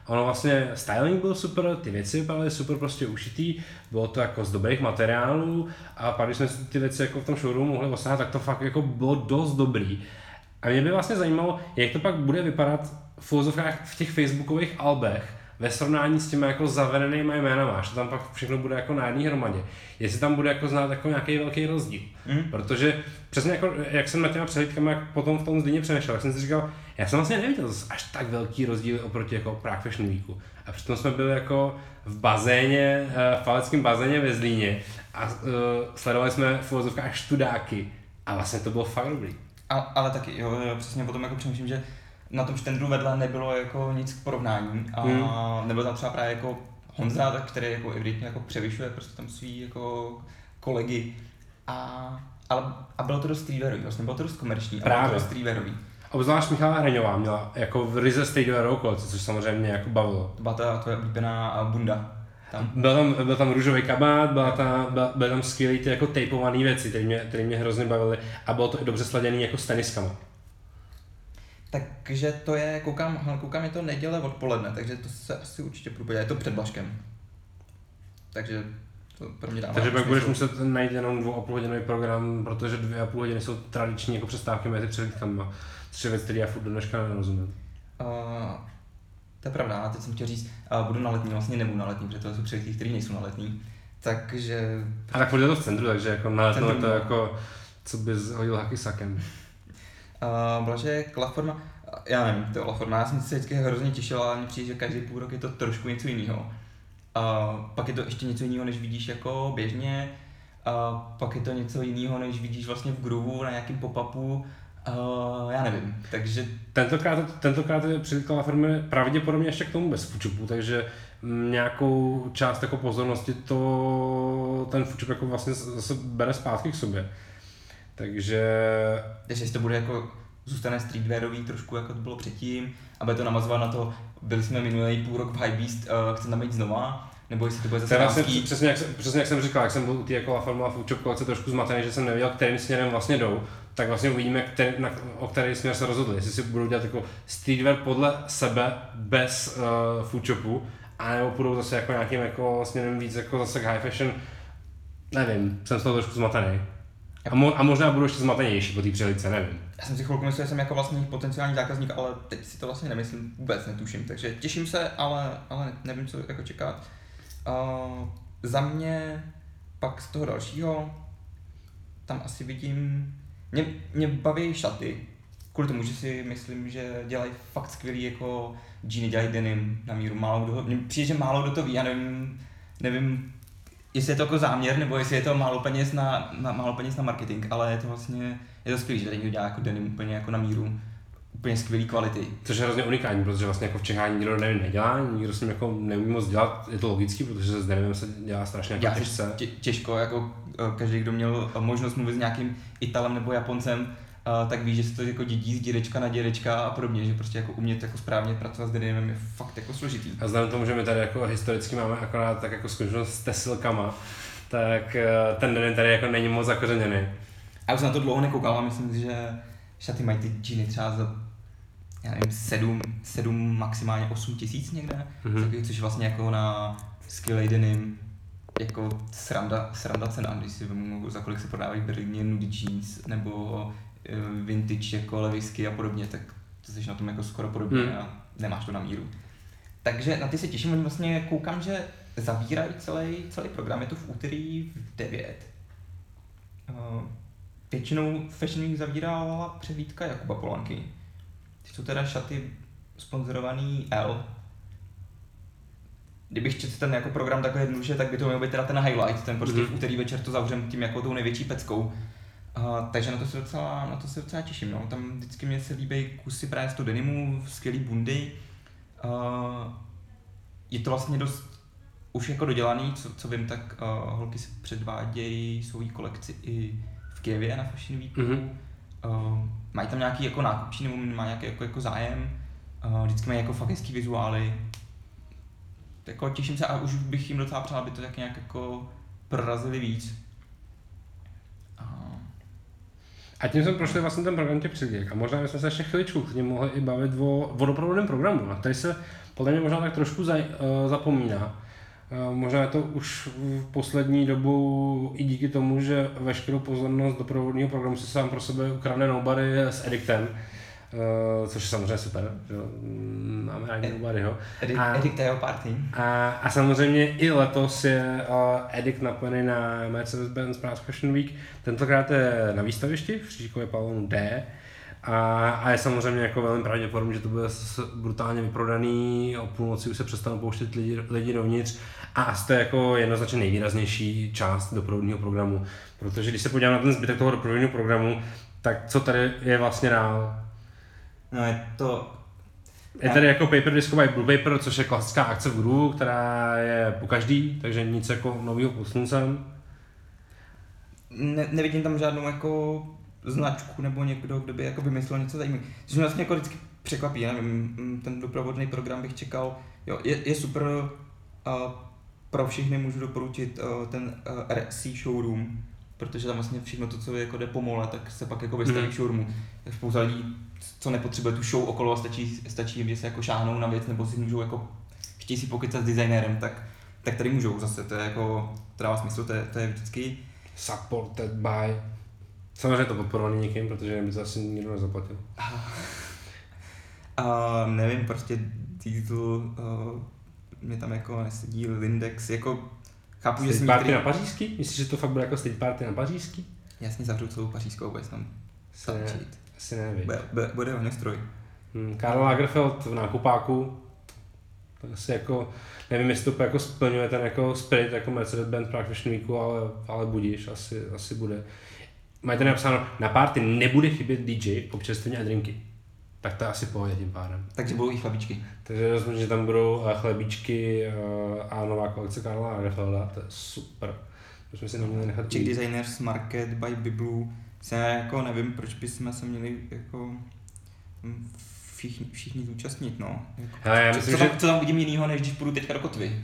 S1: Ono vlastně, styling byl super, ty věci vypadaly super prostě ušitý, bylo to jako z dobrých materiálů a pak když jsme ty věci jako v tom showroomu mohli osahovat, tak to fakt jako bylo dost dobrý. A mě by vlastně zajímalo, jak to pak bude vypadat v těch facebookových albech, ve srovnání s těmi jako zavedenýma jménama, že tam pak všechno bude jako na jedné hromadě. Jestli tam bude jako znát jako nějaký velký rozdíl. Protože přesně jako, jak jsem na těma přehlídkama jak potom v tom Zlíně přemýšlel, tak jsem si říkal, já jsem vlastně neviděl až tak velký rozdíl oproti jako Prague Fashion Weeku. A přitom jsme byli jako v bazéně, v paleckém bazéně ve Zlíně a sledovali jsme v uvozovkách študáky a vlastně to bylo fakt dobrý.
S2: Ale taky, jo, přesně potom jako přemýšlím, že na tom štendu vedle nebylo jako nic k porovnání a nebyl tam třeba právě jako Honza, tak který jako evidentně jako převyšuje prostě tam svý jako kolegy a bylo to dost streetwearový, vlastně bylo to dost komerční a bylo to dost streetwearový.
S1: Obzvlášť Michala Hraňová měla jako v ryze streetwearovou kolekci, což samozřejmě mě jako bavilo.
S2: To byla ta tvoje oblíbená bunda. Tam.
S1: Byl tam růžový kabát, byly tam skvělý ty jako tejpované věci, které mě hrozně bavily a bylo to i dobře sladěný jako s teniskama.
S2: Takže to je, koukám je to neděle odpoledne, takže to se asi určitě průběje, je to před Blažkem. Takže to pro mě dává.
S1: Takže pak budeš muset najít jenom 2,5hodinový program, protože 2,5 hodiny jsou tradiční jako přestávky mezi přehlídkama. Tři věci, které já furt do dneška nerozumím.
S2: To je pravda, a teď jsem chtěl říct, budu na letní, vlastně nebudu na letní, protože to jsou přehlídky, které nejsou na letní. Takže...
S1: A tak furt je to v centru, takže jako na letno je to jako, co bys hodil haky sakem.
S2: Blaže, Laforma, já nevím, to Laforma, já jsem se vždycky hrozně těšil, ale mně přijde, že každý půl rok je to trošku něco jiného. Pak je to ještě něco jiného, než vidíš jako běžně, pak je to něco jiného, než vidíš vlastně v grooveu na nějakým pop-upu, já nevím, takže...
S1: Tentokrát je přehlídka Laformy pravděpodobně ještě k tomu bez foodshopu, takže nějakou část jako pozornosti ten foodshop jako vlastně zase bere zpátky k sobě. Takže
S2: jestli to bude jako, zůstane streetwearový trošku, jako to bylo předtím, a bude to namazovat na to, byli jsme minulý půl rok v Hypebeast, chceme tam jít znova, nebo jestli to bude zase
S1: vlastně přesně jak jsem říkal, jak jsem byl u té jako La Formula Foodshop kolekce trošku zmatený, že jsem nevěděl, kterým směrem vlastně jdou, tak vlastně uvidíme, o který směr se rozhodli, jestli si budou dělat jako streetwear podle sebe bez foodshopu, anebo půjdou zase jako nějakým jako směrem víc jako zase k high fashion, nevím, jsem z toho trošku zmatený. A možná budu ještě zmatenější po té přehlídce, nevím.
S2: Já jsem si chvilku myslel, že jsem jako vlastně potenciální zákazník, ale teď si to vlastně nemyslím, vůbec netuším, takže těším se, ale nevím, co jako čekat. Za mě pak z toho dalšího, tam asi vidím, mě baví šaty, kvůli tomu, že si myslím, že dělají fakt skvělý jako džíny, dělají denim na míru, mně přijde, že málo kdo to ví, já nevím, jestli je to jako záměr, nebo jestli je to málo peněz na marketing, ale je to vlastně, je to skvělý, že tady někdo dělá jako denim úplně jako na míru, úplně skvělý kvality.
S1: Což je hrozně unikátní, protože vlastně jako v Čechách nikdo nedělá, nikdo s ním jako neumí moc dělat, je to logický, protože s denimem se dělá strašně jako těžce.
S2: Těžko, jako každý, kdo měl možnost mluvit s nějakým Italem nebo Japoncem, tak ví, že se to jako dědí z dědečka na dědečka a podobně, že prostě jako umět jako správně pracovat s denimem je fakt jako složitý.
S1: A vzhledem tomu, že my tady jako historicky máme akorát tak jako zkušenost s tesilkama, tak ten denim tady jako není moc zakořeněný.
S2: A já už jsem na to dlouho nekoukal a myslím si, že šaty mají ty džíny třeba za, já nevím, 7 maximálně 8 tisíc někde, což vlastně jako na skvělej denim jako sranda cena, když si vemu, za kolik se prodávají v Berlíně nudy jeans nebo vintage jako levisky a podobně, tak to jsi na tom jako skoro podobně a nemáš to na míru. Takže na ty se těším, oni vlastně koukám, že zavírají celý program, je to v úterý v 9. Většinou Fashion Week zavírala přehlídka Jakuba Polanky. Ty jsou teda šaty sponzorovaný L. Kdybych četl ten jako program takhle jednoduše, tak by to měl být teda ten highlight, ten prostě v úterý večer to zavřem tím jako tou největší peckou. Takže na to se docela těším, no. Tam vždycky mě se líbí kusy právě z toho denimu, skvělý bundy. Je to vlastně dost už jako dodělaný, co vím, tak holky si předvádějí svou kolekci i v Kyjevě na Fashion Weeku. Mají tam nějaký jako nákupčí nebo má nějaký jako zájem. Vždycky mají jako fakt hezký vizuály. Jako těším se a už bych jim docela přál, aby to tak nějak jako prorazili víc.
S1: A tím jsme prošli vlastně ten program těch přehlídek a možná bychom se ještě chviličku k němu mohli i bavit o doprovodném programu. A tady se podle mě možná tak trošku zapomíná. Možná je to už v poslední dobu i díky tomu, že veškerou pozornost doprovodného programu si sám pro sebe ukradne Nobody s Edictem, což je samozřejmě super, že máme rádi Nobodyho.
S2: Edict je jeho party.
S1: A samozřejmě i letos je Edict napojený na Mercedes-Benz Prague Fashion Week, tentokrát je na výstavišti v Křížkově pavilonu D. A je samozřejmě jako velmi pravděpodobné, že to bude brutálně vyprodaný, o půlnoci už se přestanou pouštět lidi dovnitř a asi to je jako jednoznačně nejvýraznější část doprovodného programu, protože když se podívám na ten zbytek toho doprovodného programu, tak co tady je vlastně dál?
S2: No
S1: je tady jako Paper Disco by Blue Paper, což je klasická akce v Groove, která je po každý, takže nic jako novýho pod sluncem.
S2: Nevidím tam žádnou jako značku nebo někdo, kdo by jako vymyslel něco zajímavého. Což mě vlastně jako vždycky překvapí, nevím, ten doprovodný program bych čekal, jo, je super, pro všechny můžu doporučit ten RC showroom, protože tam vlastně všechno to, co jako jde po mole, tak se pak jako vystaví v showroomu. Spousta lidí, co nepotřebuje tu show okolo, stačí jim, že se jako šáhnou na věc, nebo si můžou jako, chtějí si pokecat s designérem, tak tady můžou zase, to je jako, to dává smysl, to je vždycky
S1: supported by. Samozřejmě to podporovaný někým, protože by to asi nikdo nezaplatil.
S2: Nevím, prostě Diesel mě tam jako nesedí, Lindex, jako chápu, že
S1: State party na pařížský? Myslíš, že to fakt bude jako state party na pařížský?
S2: Jasně zavřu celou pařížskou, vůbec tam stačit.
S1: Asi nevím.
S2: Bude hodně stroj.
S1: Karl Lagerfeld v nákupáku, to asi jako, nevím, jestli to jako splňuje ten jako spirit jako Mercedes-Benz Prague Fashion Weeku, ale budíš, asi bude. Mají tady napsáno, na party nebude chybět DJ, občerstvení a drinky. Tak to je asi pohodě tím pádem.
S2: Takže budou i chlebíčky.
S1: Takže rozumím, že tam budou chlebíčky a nová kolekce Karla Lagerfelda, to je super. To jsme si neměli nechat
S2: Czech Designers Market by Biblu, se jako nevím, proč bychom se měli jako všichni zúčastnit, no.
S1: Hele, já myslím,
S2: co tam vidím jinýho, než když půjdu teďka do Kotvy?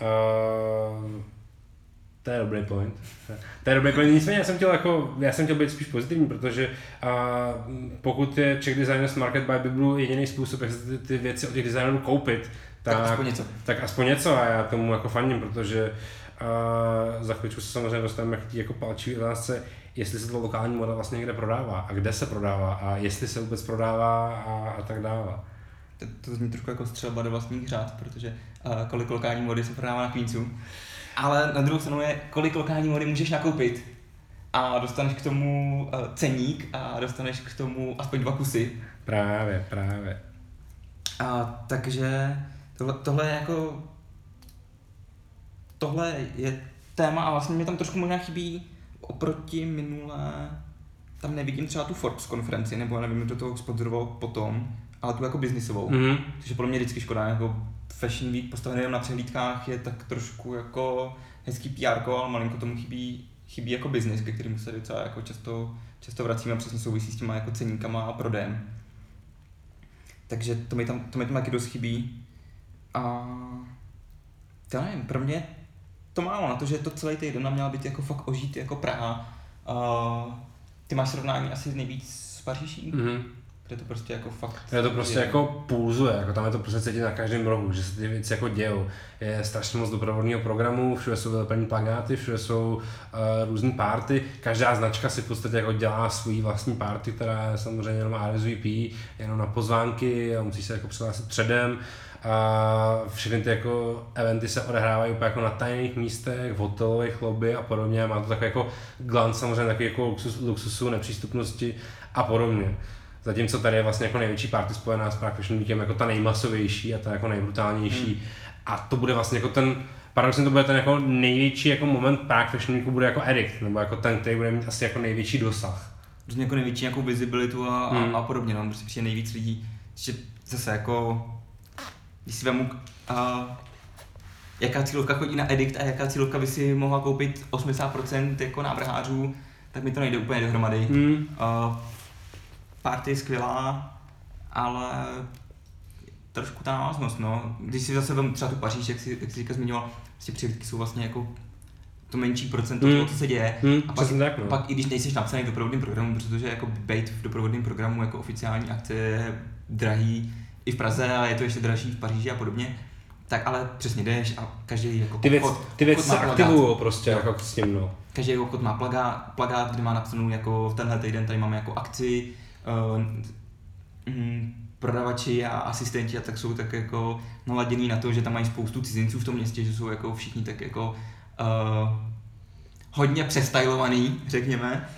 S1: To je dobrý point. Nicméně já jsem chtěl být spíš pozitivní, protože pokud je Czech Designers Market by Biblu jediný způsob, jak se ty věci od těch designerů koupit, tak aspoň něco a já tomu jako fandím, protože za chvíličku se samozřejmě dostaneme k jako palčivý otázce, jestli se to lokální moda vlastně někde prodává a kde se prodává a jestli se vůbec prodává a tak dále.
S2: To zní trošku jako střelba do vlastních řád, protože kolik lokální mody se prodává na Queensu. Ale na druhou stranu je, kolik lokální mody můžeš nakoupit a dostaneš k tomu ceník a dostaneš k tomu aspoň 2 kusy.
S1: Právě.
S2: Takže tohle je téma a vlastně mě tam trošku možná chybí oproti minulé, tam nevidím třeba tu Forbes konferenci, nebo nevím, kdo to sponzoroval potom, ale tu jako biznisovou, což je podle mě vždycky škoda, jako Fashion Week postavený jenom na přehlídkách je tak trošku jako hezký PR, ale malinko tomu chybí jako biznis, ke kterému se docela jako často vracíme a přesně souvisí s těma jako ceníkama a prodejem. Takže to mi tam taky dost chybí. A to nevím, pro mě to málo na to, že to celý týden měla být jako fakt ožít jako Praha. Ty máš srovnání asi nejvíc s Paříží? Kde to prostě jako fakt...
S1: Kde to prostě jako pulzuje, jako tam je to prostě cítit na každém rohu, že se ty věci jako dějou. Je strašně moc doprovodného programu, všude jsou vylepený plakáty, všude jsou různý party, každá značka si v podstatě jako dělá svůj vlastní party, která je samozřejmě jenom RSVP, jenom na pozvánky a musí se jako přihlásit předem. A všechny ty jako eventy se odehrávají úplně jako na tajných místech, v hotelových lobby a podobně. Má to takový jako glanc samozřejmě takový jako luxusu, nepřístupnosti a podobně. Zatímco tady je vlastně jako největší party spojená s Prague Fashion Weekem jako ta nejmasovější a ta jako nejbrutálnější. A to bude vlastně jako ten, paradoxně to bude ten jako největší jako moment Prague Fashion Weeku bude jako Edict, nebo jako ten, který bude mít asi jako největší dosah.
S2: Prostě jako největší nějakou visibilitu a podobně, no, prostě přijde nejvíc lidí. Ještě zase jako, když si vemu, jaká cílovka chodí na Edict a jaká cílovka by si mohla koupit 80% jako návrhářů, tak mi to nejde úplně dohromady. Party je skvělá, ale trošku ta návaznost, no. Když si zase vem třeba tu Paříž, jak si říká zmiňoval, prostě přehlídky jsou vlastně jako to menší procento toho, co se děje. A pak i když nejseš napsaný v doprovodném programu, protože jako být v doprovodném programu jako oficiální akce je drahý, i v Praze a je to ještě dražší v Paříži a podobně, tak ale přesně jdeš a každý jako
S1: ty věci se aktivujou prostě jako s tím, no.
S2: Každý obchod má plagát, kde má napsanou jako v tenhle týden tady máme jako akci, prodavači a asistenti a tak jsou tak jako naladěný na to, že tam mají spoustu cizinců v tom městě, že jsou jako všichni tak jako hodně přestylovaný, řekněme,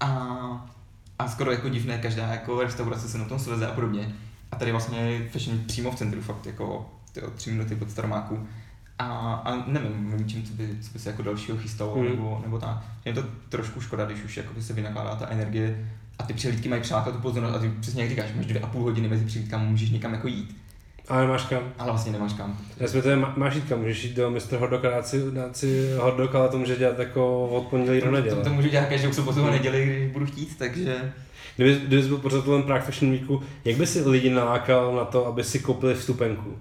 S2: a skoro jako divné, každá jako restaurace se na tom sveze a podobně. A tady vlastně fashion přímo v centru, fakt jako 3 minuty pod Staromáku. A nevím, ničím, co by se jako dalšího chystalo, nebo tak. Je to trošku škoda, když už jako by se vynakládá ta energie a ty přehlídky mají přilákat tu pozornost a ty přesně jak říkáš, máš 2,5 hodiny mezi přehlídkami, můžeš někam jako jít.
S1: Ale nemáš kam.
S2: Ale vlastně nemáš kam.
S1: Máš jít kam, můžeš jít do Mr. Hotdog a dát si hotdog, ale to může dělat jako od pondělí do neděle.
S2: To můžu dělat každou sobotu a neděli, když budu chtít, takže...
S1: Kdybys byl pořadatelem Prague Fashion Weeku, jak by si lidi nalákal na to, aby si koupili vstupenku?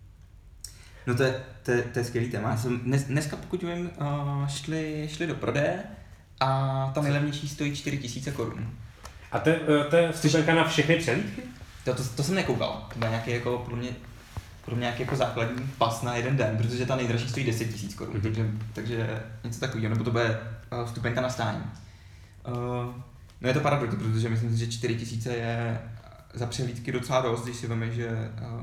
S2: No to je skvělý téma. Já jsem dneska, pokud vím, šli do prodeje a ta nejlevnější stojí 4 000 korun.
S1: A to je vstupenka na všechny přehlídky?
S2: To jsem nekoukal. To byl nějaký jako pro mě nějaký jako základní pas na jeden den, protože ta nejdražší stojí 10 000 korun. Takže něco takového, nebo to bude vstupenka na stání. No je to paradox, protože myslím si, že 4 000 je za přehlídky docela dost, když si veme, že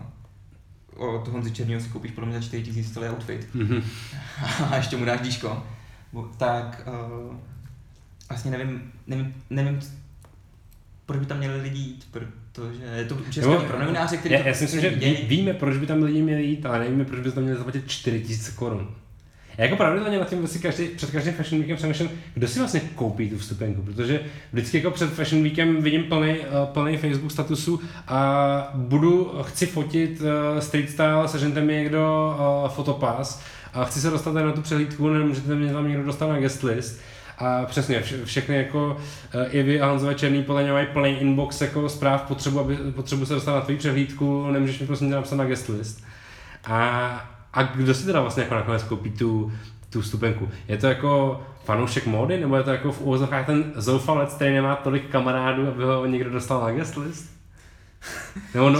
S2: od Honzy Černýho si koupíš podle mě za 4 000 celý outfit. A ještě mu dáš díško. Tak vlastně nevím, proč by tam měli lidi jít, protože je to český pro novináře, který
S1: já si myslím, že víme, proč by tam lidi měli jít, ale nevíme, proč by tam měli zaplatit 4 000 korun. Já jako pravidelně na tím před každým Fashion Weekem přemýšlím, kdo si vlastně koupí tu vstupenku, protože vždycky jako před Fashion Weekem vidím plný Facebook statusů a chci fotit street style, sežente mi někdo fotopass a chci se dostat na tu přehlídku, nemůžete mě tam někdo dostat na guest list. A přesně, všechny jako Ivy a Honzové Černý podle mě mají plný inbox jako zpráv, potřebuji se dostat na tvou přehlídku, nemůžeš mi prosím napsat na guest list. A kdo si teda vlastně jako nakonec koupí tu vstupenku? Je to jako fanoušek módy, nebo je to jako v uvozovkách ten zoufalec, který nemá tolik kamarádů, aby ho někdo dostal na guest list? Nebo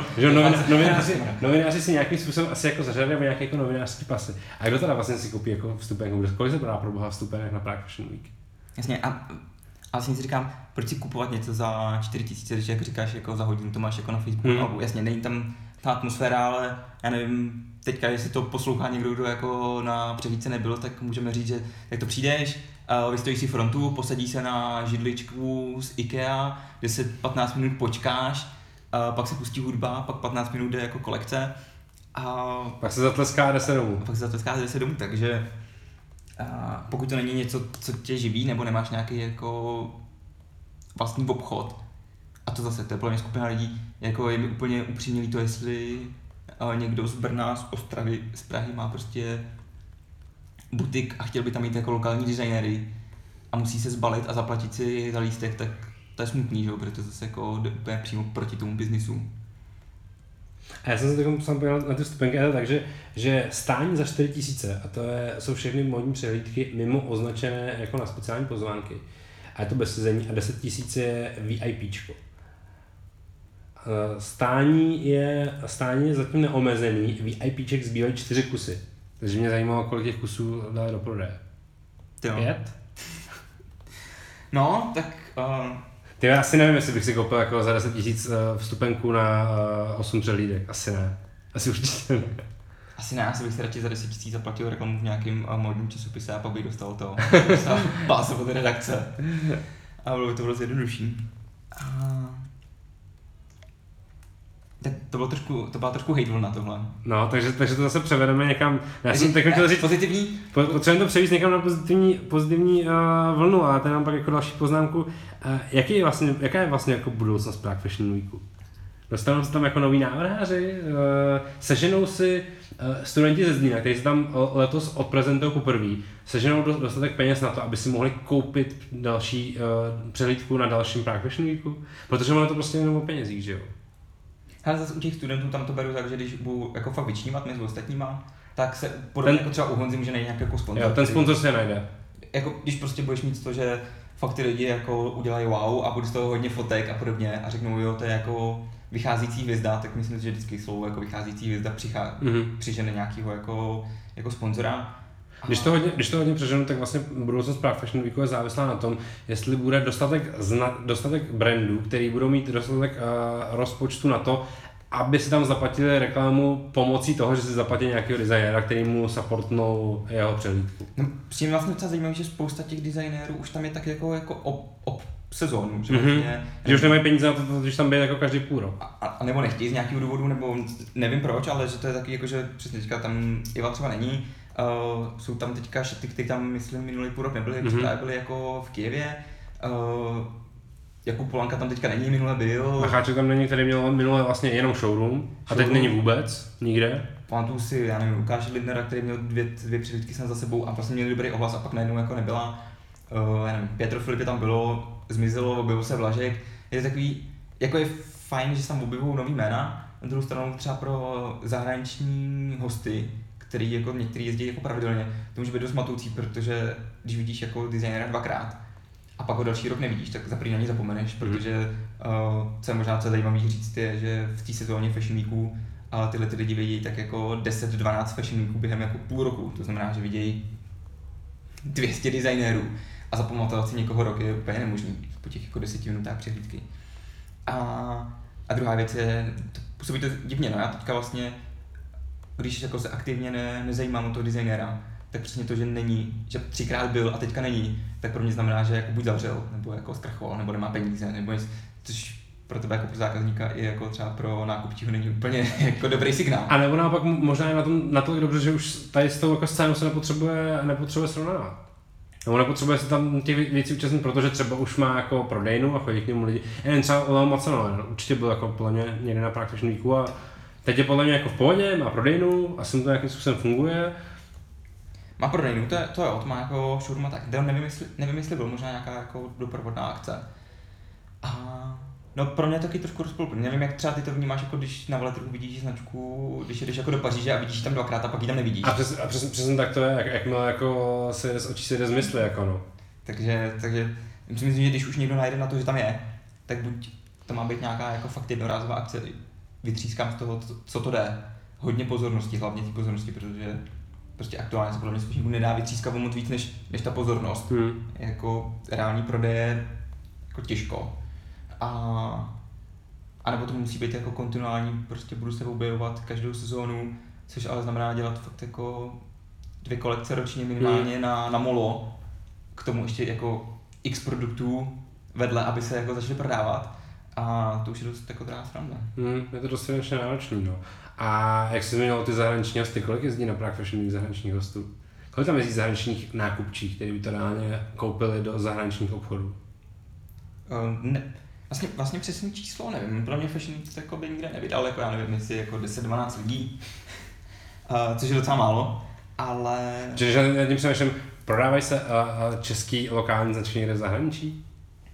S1: novináři si nějakým způsobem asi jako zařadí nějaké jako novinářský pasy. A kdo teda vlastně si koupí jako vstupenku? Kolik se prodá pro boha vstupenek na Prague Fashion Week?
S2: Jasně, a vlastně si říkám, proč si kupovat něco za 4 000, když jak říkáš, jako za hodinu to máš jako na Facebooku, jasně, není tam ta atmosféra, ale já nevím, teďka, jestli to poslouchá někdo, kdo jako na přehlídce nebylo, tak můžeme říct, že jak to přijdeš, vystojíš si frontu, posadí se na židličku z IKEA, 10-15 minut počkáš, pak se pustí hudba, pak 15 minut jde jako kolekce a
S1: pak se zatleská a jde se domů.
S2: Takže pokud to není něco, co tě živí, nebo nemáš nějaký jako vlastní obchod, a to zase, to je podle mě skupina lidí, jako je mi úplně upřímně líto, jestli někdo z Brna, z Ostravy, z Prahy má prostě butik a chtěl by tam mít jako lokální designery a musí se zbalit a zaplatit si za lístek, tak to je smutný, že jo, protože to zase jako jde přímo proti tomu biznisu.
S1: A já jsem se takovou sám podíval na ty vstupenky, takže že stání za 4 000 a jsou všechny módní přehlídky mimo označené jako na speciální pozvánky. A je to bez sezení a 10 000 je VIPčko. Stání je zatím neomezený, VIPček zbývají 4 kusy. Takže mě zajímalo, kolik těch kusů dali do prodeje. 5?
S2: No, tak...
S1: Ty já asi nevím, jestli bych si koupil jako za 10 000 vstupenku na 8 přehlídek. Asi ne. Asi určitě ne.
S2: Asi ne, asi bych si radši za 10 000 zaplatil reklamu v nějakém módním časopise a pak bych dostal to pás od redakce. A bylo by to bylo jednodušší. Tak to byla trošku hate vlna tohle.
S1: No, takže to zase převedeme někam. Já jsem tak chtěl říct
S2: pozitivní.
S1: Potřebujeme to převíst někam na pozitivní vlnu, ale tady mám pak jako další poznámku. Jaká je vlastně jako budoucnost Prague Fashion Weeku? Dostanou se tam jako noví návrháři, seženou si studenti ze Zlína, kteří se tam letos odprezentují poprvé, seženou dostatek peněz na to, aby si mohli koupit další přehlídku na dalším Prague Fashion Weeku, protože ono to prostě jenom o penězích, že jo?
S2: Ale zase u těch studentů tam to beru tak, že když budu jako fakt vyčnívat mezi ostatníma, tak se podobně jako třeba u Honzy může najít nějaký jako sponzor.
S1: Jo, ten sponzor se najde.
S2: Jako když prostě budeš mít to, že fakt ty lidi jako udělají wow a bude z toho hodně fotek a podobně a řeknou jo, to je jako vycházející hvězda, tak myslím, že vždycky slovo jako vycházející hvězda přižene nějakého jako sponzora.
S1: Když to hodně přeženu, tak vlastně budoucnost Prague Fashion Weeku je závislá na tom, jestli bude dostatek brandů, který budou mít dostatek rozpočtu na to, aby si tam zaplatili reklamu pomocí toho, že si zaplatí nějakého designéra, který mu supportnou jeho přehlídku.
S2: No, přijím vlastně docela zajímavé, že spousta těch designérů už tam je tak jako ob sezónu, že
S1: že už nemají peníze na to, když tam být jako každý půl rok.
S2: A nebo nechtějí z nějakého důvodu, nebo nevím proč, ale že to je taky jako, že přesně teďka tam Iva třeba není. Jsou tam teďka šaty, které tam myslím minulý půl rok nebyly, byly jako v Kyjevě. Jakub Polanka tam teďka není, minule byl.
S1: Macháček tam není, který měl minule vlastně jenom showroom a teď není vůbec, nikde.
S2: Pamatuju si, já nevím, Lukáše Lidnera, který měl dvě přehlídky snad za sebou a vlastně měl dobrý ohlas a pak najednou jako nebyla. Já nevím, Pietro Filipy tam bylo, zmizelo, objevil se Vlažek. Je to takový, jako je fajn, že se tam objevují nový jména, na druhou stranu třeba pro zahraniční hosty, který jako některý jezdí jako pravidelně, to může být dost matoucí, protože když vidíš jako designéra dvakrát a pak ho další rok nevidíš, tak za první na něj zapomeneš, protože co je možná zajímavý říct je, že v té sezóně Fashion Weeku tyhle ty lidi vidí tak jako 10-12 Fashion Weeků během jako půl roku, to znamená, že vidějí 200 designérů a zapamatovat si někoho rok je úplně nemožný po těch jako 10 minutách přehlídky. A druhá věc je, působí to divně, no já teďka vlastně, když jako se aktivně nezajímám o toho designéra, tak přesně to, že není, že 3krát byl a teďka není, tak pro mě znamená, že jako buď zavřel, nebo jako zkrachoval, nebo nemá peníze, nebo nic, což pro tebe jako pro zákazníka i jako třeba pro nákupčího není úplně jako dobrý signál.
S1: A nebo naopak možná je na to dobře, že už tady s tou jako scénou se nepotřebuje srovnávat. Nebo nepotřebuje se tam těch věcí účastnit, protože třeba už má jako prodejnu a chodí k němu lidi. Jen třeba Oleo Macanové, určitě byl jako podle mě někde na Prague Fashion Weeku a teď je podle mě jako v pohodě, má prodejnu, asi mu to nějakým způsobem funguje.
S2: Má prodejnu, to má jako showroom a tak. Nevím, jestli byl možná nějaká jako doprovodná akce. No pro mě taky trošku rozpolupný. Nevím, jak třeba ty to vnímáš, jako když na veletrhu vidíš značku, když jdeš jako do Paříže a vidíš tam dvakrát a pak ji tam nevidíš.
S1: A přesně tak to je, jakmile jako se z očí se jde z mysli, jako no.
S2: Takže myslím, že když už někdo najde na to, že tam je, tak buď to má být nějaká jako fakt jednorázová akce, vytřískám z toho, co to jde. Hodně pozornosti, hlavně té pozornosti, protože prostě aktuálně se podle mě spíš nedá vytřískat o moc víc než ta pozornost. Jako reální prodeje jako těžko. A nebo to musí být jako kontinuální, prostě budu se objevovat každou sezónu, což ale znamená dělat fakt jako 2 kolekce ročně minimálně na molo, k tomu ještě jako x produktů vedle, aby se jako začaly prodávat. A to už je dost jako drahá sranda.
S1: Je to dost finančně náročný, no. A jak jsi zmínil ty zahraniční hosty, kolik jezdí na Prague Fashion Week zahraničních hostů? Kolik tam jezdí zahraničních nákupčích, kteří by to reálně koupili do zahraničních obchodů?
S2: Ne. Vlastně přesně číslo nevím, pro mě Fashion Week to jako by nikde nevydal, jako já nevím, jestli jako 10-12 lidí, což je docela málo, ale...
S1: Čiže nad tím přemýšlím, prodávají se český lokální značky někde v zahraničí?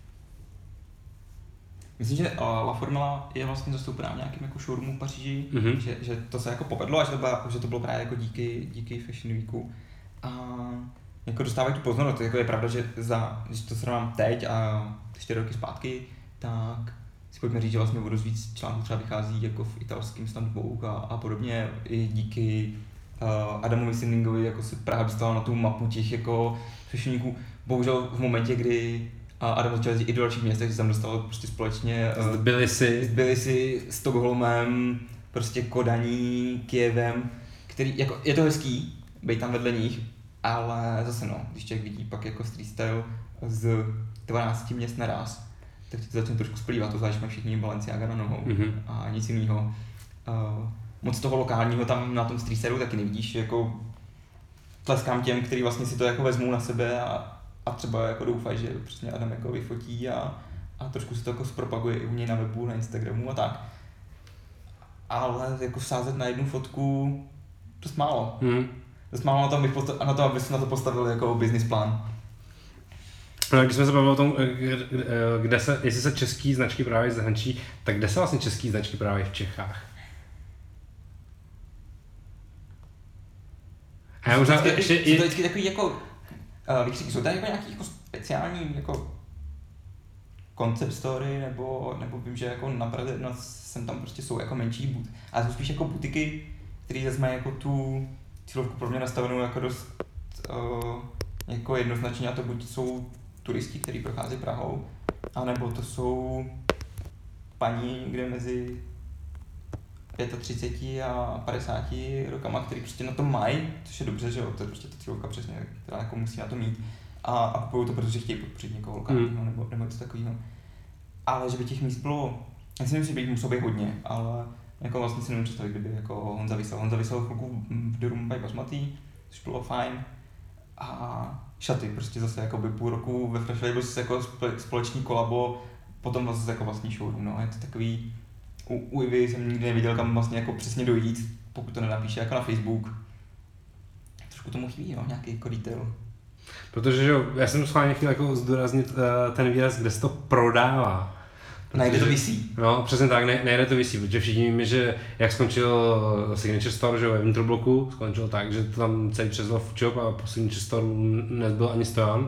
S2: Myslím, že La Formula je vlastně zastoupená v nějakém jako showroomu v Paříži, že to se jako povedlo a že to bylo právě jako díky Fashion Weeku. A jako dostávají tu pozornost, jako je pravda, že když to srovnám teď a 4 roky zpátky, tak si pojďme říct, že vlastně o dost víc článků třeba vychází jako v italském Stand Vogue a podobně. I díky Adamovi Sindingovi jako se Praha dostala na tu mapu těch jako fashioníků. Bohužel v momentě, kdy Adam začal jezdit i do dalších měst, takže jsem dostal prostě společně
S1: z Tbilisi,
S2: Stockholmem, prostě Kodaní, Kyjevem, který jako je to hezký, být tam vedle nich, ale zase no, když člověk vidí pak jako street style z 12 měst naraz, tak ti to začne trošku splývat, to zvlášť mají všichni Balenciaga na nohou a nic jiného. Moc toho lokálního tam na tom street stylu taky nevidíš, jako tleskám těm, kteří vlastně si to jako vezmou na sebe a třeba jako doufají, že přesně Adam jako vyfotí a trošku se to jako zpropaguje i u něj na webu, na Instagramu a tak. Ale jako vsázet na jednu fotku dost málo. Dost málo na to, aby se na to postavil jako business plán.
S1: No, když jsme se bavili o tom, jestli se český značky prodávají v zahraničí, tak kde se vlastně český značky prodávají v Čechách? A já možná
S2: ještě... Jsou to vždycky takový jako výkřiky, jsou tady jako nějaký jako speciální jako concept story, nebo vím, že jako na Praze jsem tam prostě jsou jako menší but. Ale jsou spíš jako butiky, které zase mají jako tu cílovku pro mě nastavenou jako dost jako jednoznačně, a to buď jsou turisti, kteří prochází Prahou, anebo to jsou paní někde mezi 35 a 50 rokama, který prostě na to mají, což je dobře, že jo, to je prostě ta cílovka přesně, která jako musí na to mít a kupují to, protože chtějí podpořit někoho lokálního nebo něco takového. Ale že by těch míst bylo, já si nemyslím, že by jich muselo být hodně, ale jako vlastně si nemůžu představit, kdyby jako Honza Vysel chvilku v The Room by Basmati, což bylo fajn. A šaty, prostě zase jako by půl roku ve Fresh Labels jako společný kolabo, potom zase jako vlastní showroom, no, je to takový, u Ivy jsem nikdy neviděl, kam vlastně jako přesně dojít, pokud to nenapíše jako na Facebook. Trošku tomu chybí, no, nějaký jako detail.
S1: Protože jo, já jsem schválně chtěl jako zdůraznit ten výraz, kde se to prodává.
S2: Najde to visí.
S1: No, přesně tak, nejde to visí, protože všichni víme, že jak skončil Signature Store, že ve Vnitrobloku, skončil tak, že to tam celý přezval Foodshop a po Signature Store nezbyl ani stojan.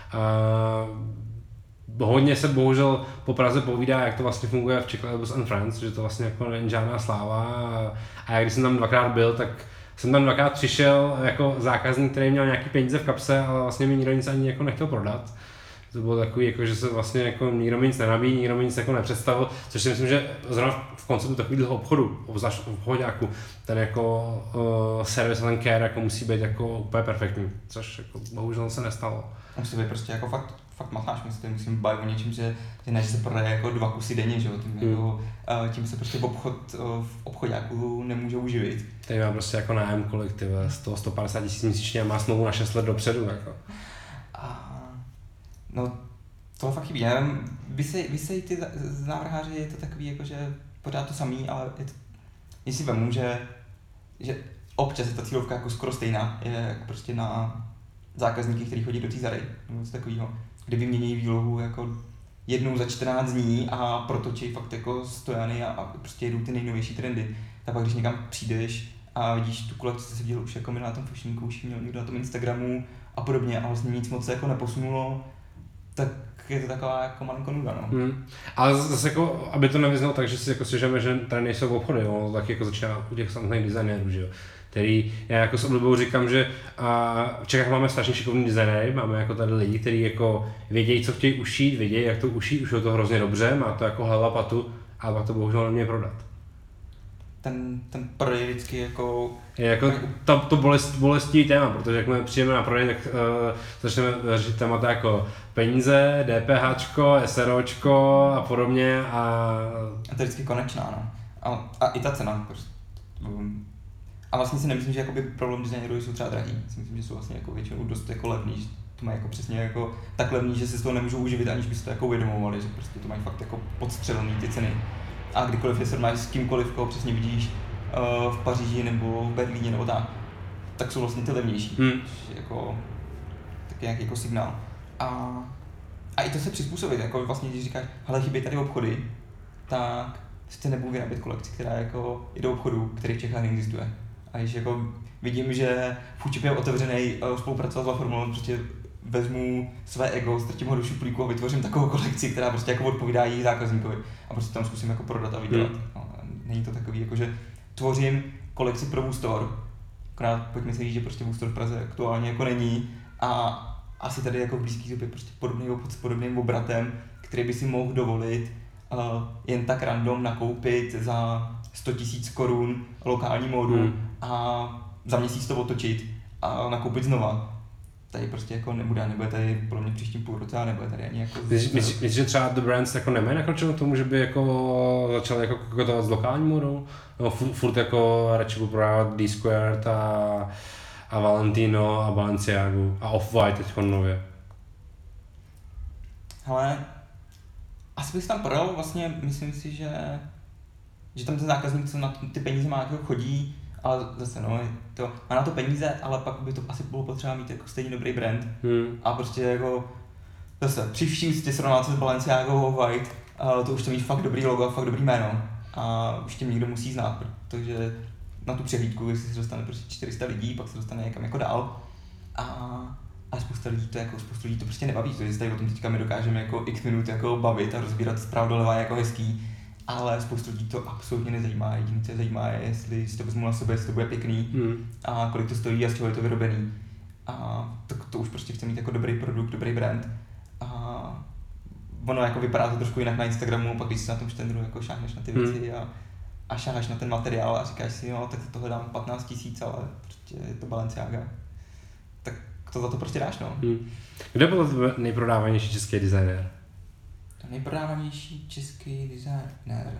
S1: Hodně se bohužel po Praze povídá, jak to vlastně funguje v Czech Labels and Friends, že to vlastně jako není žádná sláva. A já když jsem tam dvakrát byl, tak jsem tam dvakrát přišel jako zákazník, který měl nějaký peníze v kapse, ale vlastně mi nikdo nic ani jako nechtěl prodat. To bylo takový, jako, že se vlastně jako nikdo mi nic nenabíjí, nikdo mi nic jako nepředstavil, což si myslím, že zrovna v konceptu takového obchodu, obzvlášť v obchodáku, ten jako service a ten care jako musí být jako úplně perfektní, což jako bohužel se nestalo.
S2: Musí být prostě jako fakt matáš, musím bavit o něčem, že ne, že se prodaje jako 2 kusy denně, že jo, tím se prostě v obchodáku nemůže uživit.
S1: Tady má prostě jako nájem kolektiv, 150 000 měsíčně a má smlouvu na 6 let dopředu, jako.
S2: No, to fakt chybí, já nevím, vy ty návrháři, je to takový jako, že pořád to samý, ale jestli vemu, že občas je ta cílovka jako skoro stejná, je jako prostě na zákazníky, kteří chodí do té Zary, nebo něco takového, kdy vymění výlohu jako jednou za 14 dní a protočí fakt jako stojany a prostě jedou ty nejnovější trendy. Tak pak když někam přijdeš a vidíš tu kolekci, co se viděl už jako na tom fashionku, už měl někdo na tom Instagramu a podobně a vlastně nic moc se jako neposunulo, tak je to taková jako malinko nuda, no.
S1: Ale zase jako, aby to nevyznalo tak, že si jako slyšíme, že tady nejsou v obchody, no, tak jako začíná u těch samotných designérů, že jo. Který, já jako s oblibou říkám, že v Čechách máme strašně šikovný designéry, máme jako tady lidi, kteří jako vědějí, co chtějí ušít, vědějí, jak to ušít, ušijou to hrozně dobře, má to jako hlava patu, ale pak to bohužel neměje prodat.
S2: Ten prodej vždycky jako...
S1: Je jako to bolestivý téma, protože jakmile přijdeme na prodej, tak začneme řešit témata jako peníze, DPHčko, SROčko a podobně a
S2: to je vždycky konečná, no. A i ta cena prostě. A vlastně si nemyslím, že jakoby problém designérů jsou třeba drahý. Si myslím, že jsou vlastně jako většinou dost jako levný, to mají jako přesně jako tak levný, že si z toho nemůžou uživit, aniž by si to jako uvědomovali, že prostě to mají fakt jako podstřelený ty ceny. A kdykoliv je srovnáš s kýmkoliv, koho přesně vidíš v Paříži nebo v Berlíně nebo tak jsou vlastně ty levnější. Jako taky nějaký jako signál. A i to se přizpůsobit, jako vlastně když říkáš, hele, chybí tady obchody, tak si nebudu vyrábět kolekci, která jako je do obchodu, který v Čechách neexistuje. A když jako vidím, že Foodshop je otevřený spolupracovat s La Formulou, prostě vezmu své ego, strčím ho do šuplíku a vytvořím takovou kolekci, která prostě jako odpovídá jí zákazníkovi a prostě tam zkusím jako prodat a vydělat. No, není to takový jako, že tvořím kolekci pro Woostore, akorát pojďme si říct, že prostě Woostore v Praze aktuálně jako není a asi tady jako v blízký době prostě podobný obchod s podobným obratem, který by si mohl dovolit jen tak random nakoupit za 100 000 korun lokální módu a za měsíc to otočit a nakoupit znova. Tady prostě jako nebude tady podle mě příštím půl roce a nebude tady ani jako...
S1: Myslíš, že třeba The Brands jako nemají nakročeno k tomu, že by jako začali jako kokotovat s lokální módou? No, furt jako radši budou prodávat D-Squared a Valentino a Balenciagu a Off-White teďko nově.
S2: Hele, asi bych tam prodal, vlastně myslím si, že tam ten zákazník, co na ty peníze má, jako chodí, ale zase no, má na to peníze, ale pak by to asi bylo potřeba mít jako stejně dobrý brand. A prostě jako zase při vší úctě srovnat se s Balenciagou Off-White, to už to mít fakt dobrý logo, fakt dobrý jméno a už tě někdo musí znát, protože na tu přehlídku, jestli se dostane prostě 400 lidí, pak se dostane někam jako dál A spoustu lidí to prostě nebaví, to je tady o tom teďka my dokážeme jako x minut jako bavit a rozbírat zpráv doleva jako hezký, ale spoustu lidí to absolutně nezajímá, jediné, co je zajímá je, jestli si to vezmu na sebe, jestli to bude pěkný a kolik to stojí a z čeho je to vyrobený. A to už prostě chce mít jako dobrý produkt, dobrý brand. A ono jako vypadá to trošku jinak na Instagramu, pak když si na tom štendru jako šáhneš na ty věci a šáhneš na ten materiál a říkáš si, no tak tohle dám 15 000, ale prostě je to Balenciaga. Tak to za to prostě dáš, no.
S1: Kdo byl nejprodávanější český designér?
S2: Nejprodávanější český designér.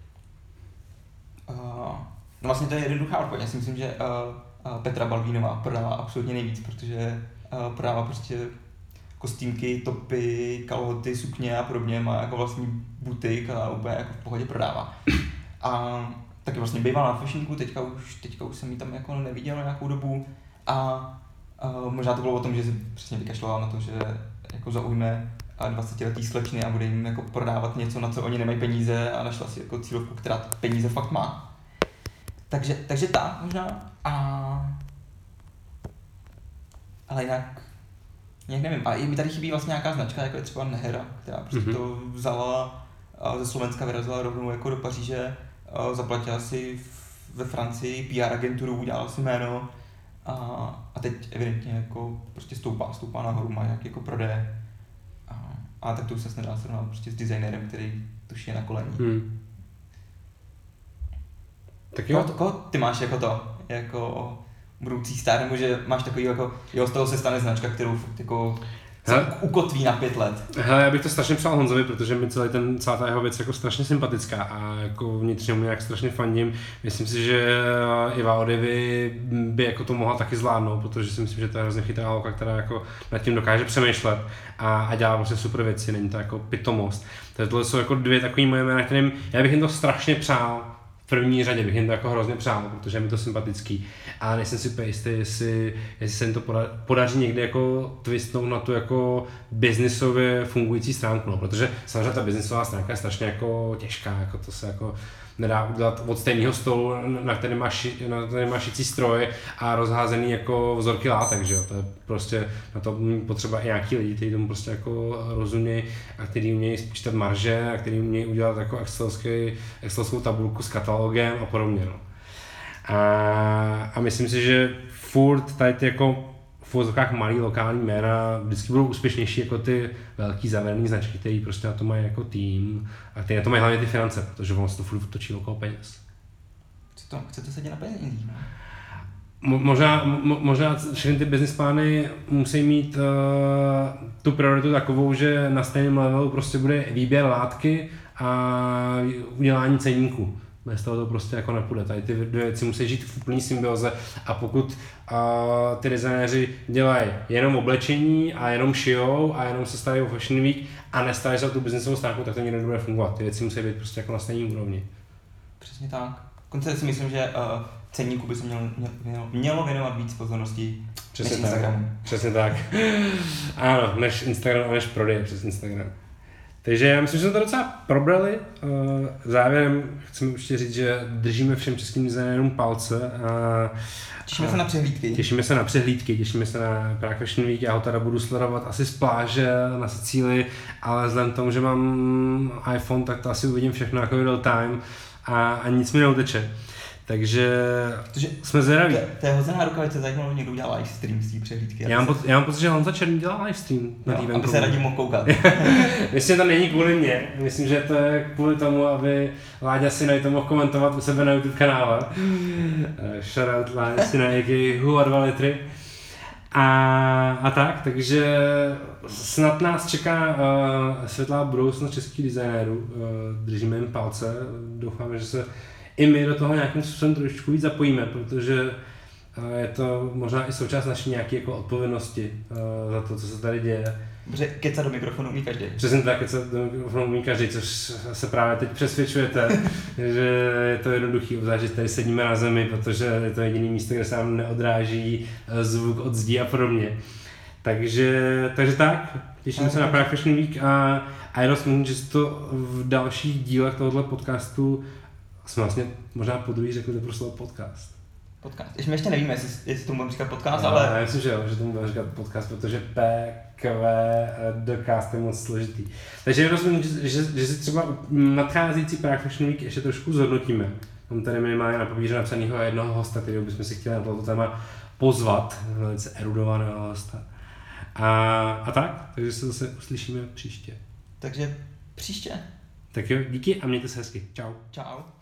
S2: No vlastně to je jednoduchá odpověď. Já si myslím, že Petra Balbínová prodává absolutně nejvíc, protože prodává prostě kostýmky, topy, kalhoty, sukně a podobně, má jako vlastní butik a úplně jako v pohodě prodává. A taky vlastně bývala na Fashion Weeku, teďka už jsem ji tam jako neviděl nějakou dobu a možná to bylo o tom, že si přesně vykašlovala na to, že jako zaujme 20letý slečny a bude jim jako prodávat něco, na co oni nemají peníze a našla si jako cílovku, která peníze fakt má. Takže ta možná ale jinak nevím. A mi tady chybí vlastně nějaká značka, jako je třeba Nehera, která prostě to vzala a ze Slovenska vyrazila rovnou jako do Paříže, zaplatila si ve Francii PR agenturu, udělala si jméno a teď evidentně jako prostě stoupá nahoru, má nějaký jako prodeje. A tak to už se nedá srovnat prostě s designérem, který tuší na kolení.
S1: Tak jo.
S2: Koho ty máš jako to, jako budoucí star, nebo že máš takový jako, z toho se stane značka, kterou fakt jako ukotví na 5 let.
S1: Hele, já bych to strašně přál Honzovi, protože mi celá ta jeho věc jako strašně sympatická a jako vnitřně mu nějak strašně fandím. Myslím si, že Iva Odivy by jako to mohla taky zvládnout, protože si myslím, že to je hrozně chytrá holka, která jako nad tím dokáže přemýšlet a dělá vlastně super věci, není to jako pitomost. Takže tohle jsou jako 2 takové moje jména, kterým já bych jim to strašně přál. V první řadě bych jim to jako hrozně přál, protože je mi to sympatický. A nejsem si úplně jistý, jestli se jim to podaří někdy jako twistnout na tu jako biznisově fungující stránku, no, protože samozřejmě ta biznisová stránka je strašně jako těžká, jako to se jako nedá udělat od stejného stolu, na kterém máš šicí stroj a rozházený jako vzorky látek, že jo, to je prostě na to potřeba i nějaký lidi, kteří tomu prostě jako rozumějí a kteří umějí spočítat marže a kteří umějí udělat jako excelskou tabulku s katalogem a podobně, no. A myslím si, že furt tady ty jako v uvozovkách malý lokální jména vždycky budou úspěšnější jako ty velký zavedený značky, který prostě na to mají jako tým a který na to mají hlavně ty finance, protože ono se to furt točí okolo peněz.
S2: Chce to sedět na penězích, no?
S1: Možná všechny ty business plány musí mít tu prioritu takovou, že na stejném levelu prostě bude výběr látky a udělání ceníku. Bez toho to prostě jako nepůjde. Tady ty 2 věci musí žít v úplný symbioze a pokud ty designéři dělají jenom oblečení a jenom šijou a jenom se starají o Fashion Week a nestarají se o tu biznesovou stránku, tak to nikdy nebude fungovat. Ty věci musí být prostě jako na stejné úrovni.
S2: Přesně tak. Konce si myslím, že ceníku by se mělo věnovat víc pozornosti než Instagramu.
S1: Přesně tak. Ano, než Instagram a než prodej přes Instagram. Takže já myslím, že jsme to docela probrali. Závěrem chceme určitě říct, že držíme všem českým designérům palce.
S2: Těšíme se na přehlídky.
S1: Těšíme se na Prague Fashion Week. Já ho teda budu sledovat asi z pláže na Sicílii, ale vzhledem k tomu, že mám iPhone, tak to asi uvidím všechno jako real time a nic mi neuteče. Takže jsme zvědaví.
S2: To je hozená rukavice, zajímalo, někdo udělal live stream z té přehlídky.
S1: Já mám pocit, že Honza Černý dělá live stream na
S2: TV. Aby se Radim mohl koukat.
S1: Myslím, že to není kvůli mě. Myslím, že to je kvůli tomu, aby Láďa si to mohl komentovat u sebe na YouTube kanále. Shoutout Láďa si na Huha 2 litry. A tak, takže snad nás čeká světlá budoucnost českých designérů. Držíme jim palce. Doufáme, že se i my do toho nějakým způsobem trošičku víc zapojíme, protože je to možná i součást naší nějaké jako odpovědnosti za to, co se tady děje.
S2: Protože kecat do mikrofonu umí každý.
S1: Přesně tak, kecat do mikrofonu umí každý, což se právě teď přesvědčujete, že je to jednoduchý, obzvlášť, že tady sedíme na zemi, protože je to jediné místo, kde se nám neodráží zvuk od zdí a podobně. Takže tak, těšíme se na Prague Fashion Week a jenom myslím, že to v dalších dílech tohoto podcastu jsme vlastně možná po druhý řekli to pro slovo podcast.
S2: Podcast. Ještě my ještě nevíme, jestli tomu budeme říkat podcast,
S1: no,
S2: ale...
S1: Já myslím, že jo, že tomu budeme říkat podcast, protože podcast je moc složitý. Takže rozumím, že si třeba nadcházející Prague Fashion Week ještě trošku zhodnotíme. Mám tady minimálně na papíře napsanýho jednoho hosta, kterého bychom si chtěli na toto téma pozvat, velice erudovaného hosta. A tak, takže se zase uslyšíme příště.
S2: Takže příště.
S1: Tak jo, díky a mějte se hezky. Čau.
S2: Čau.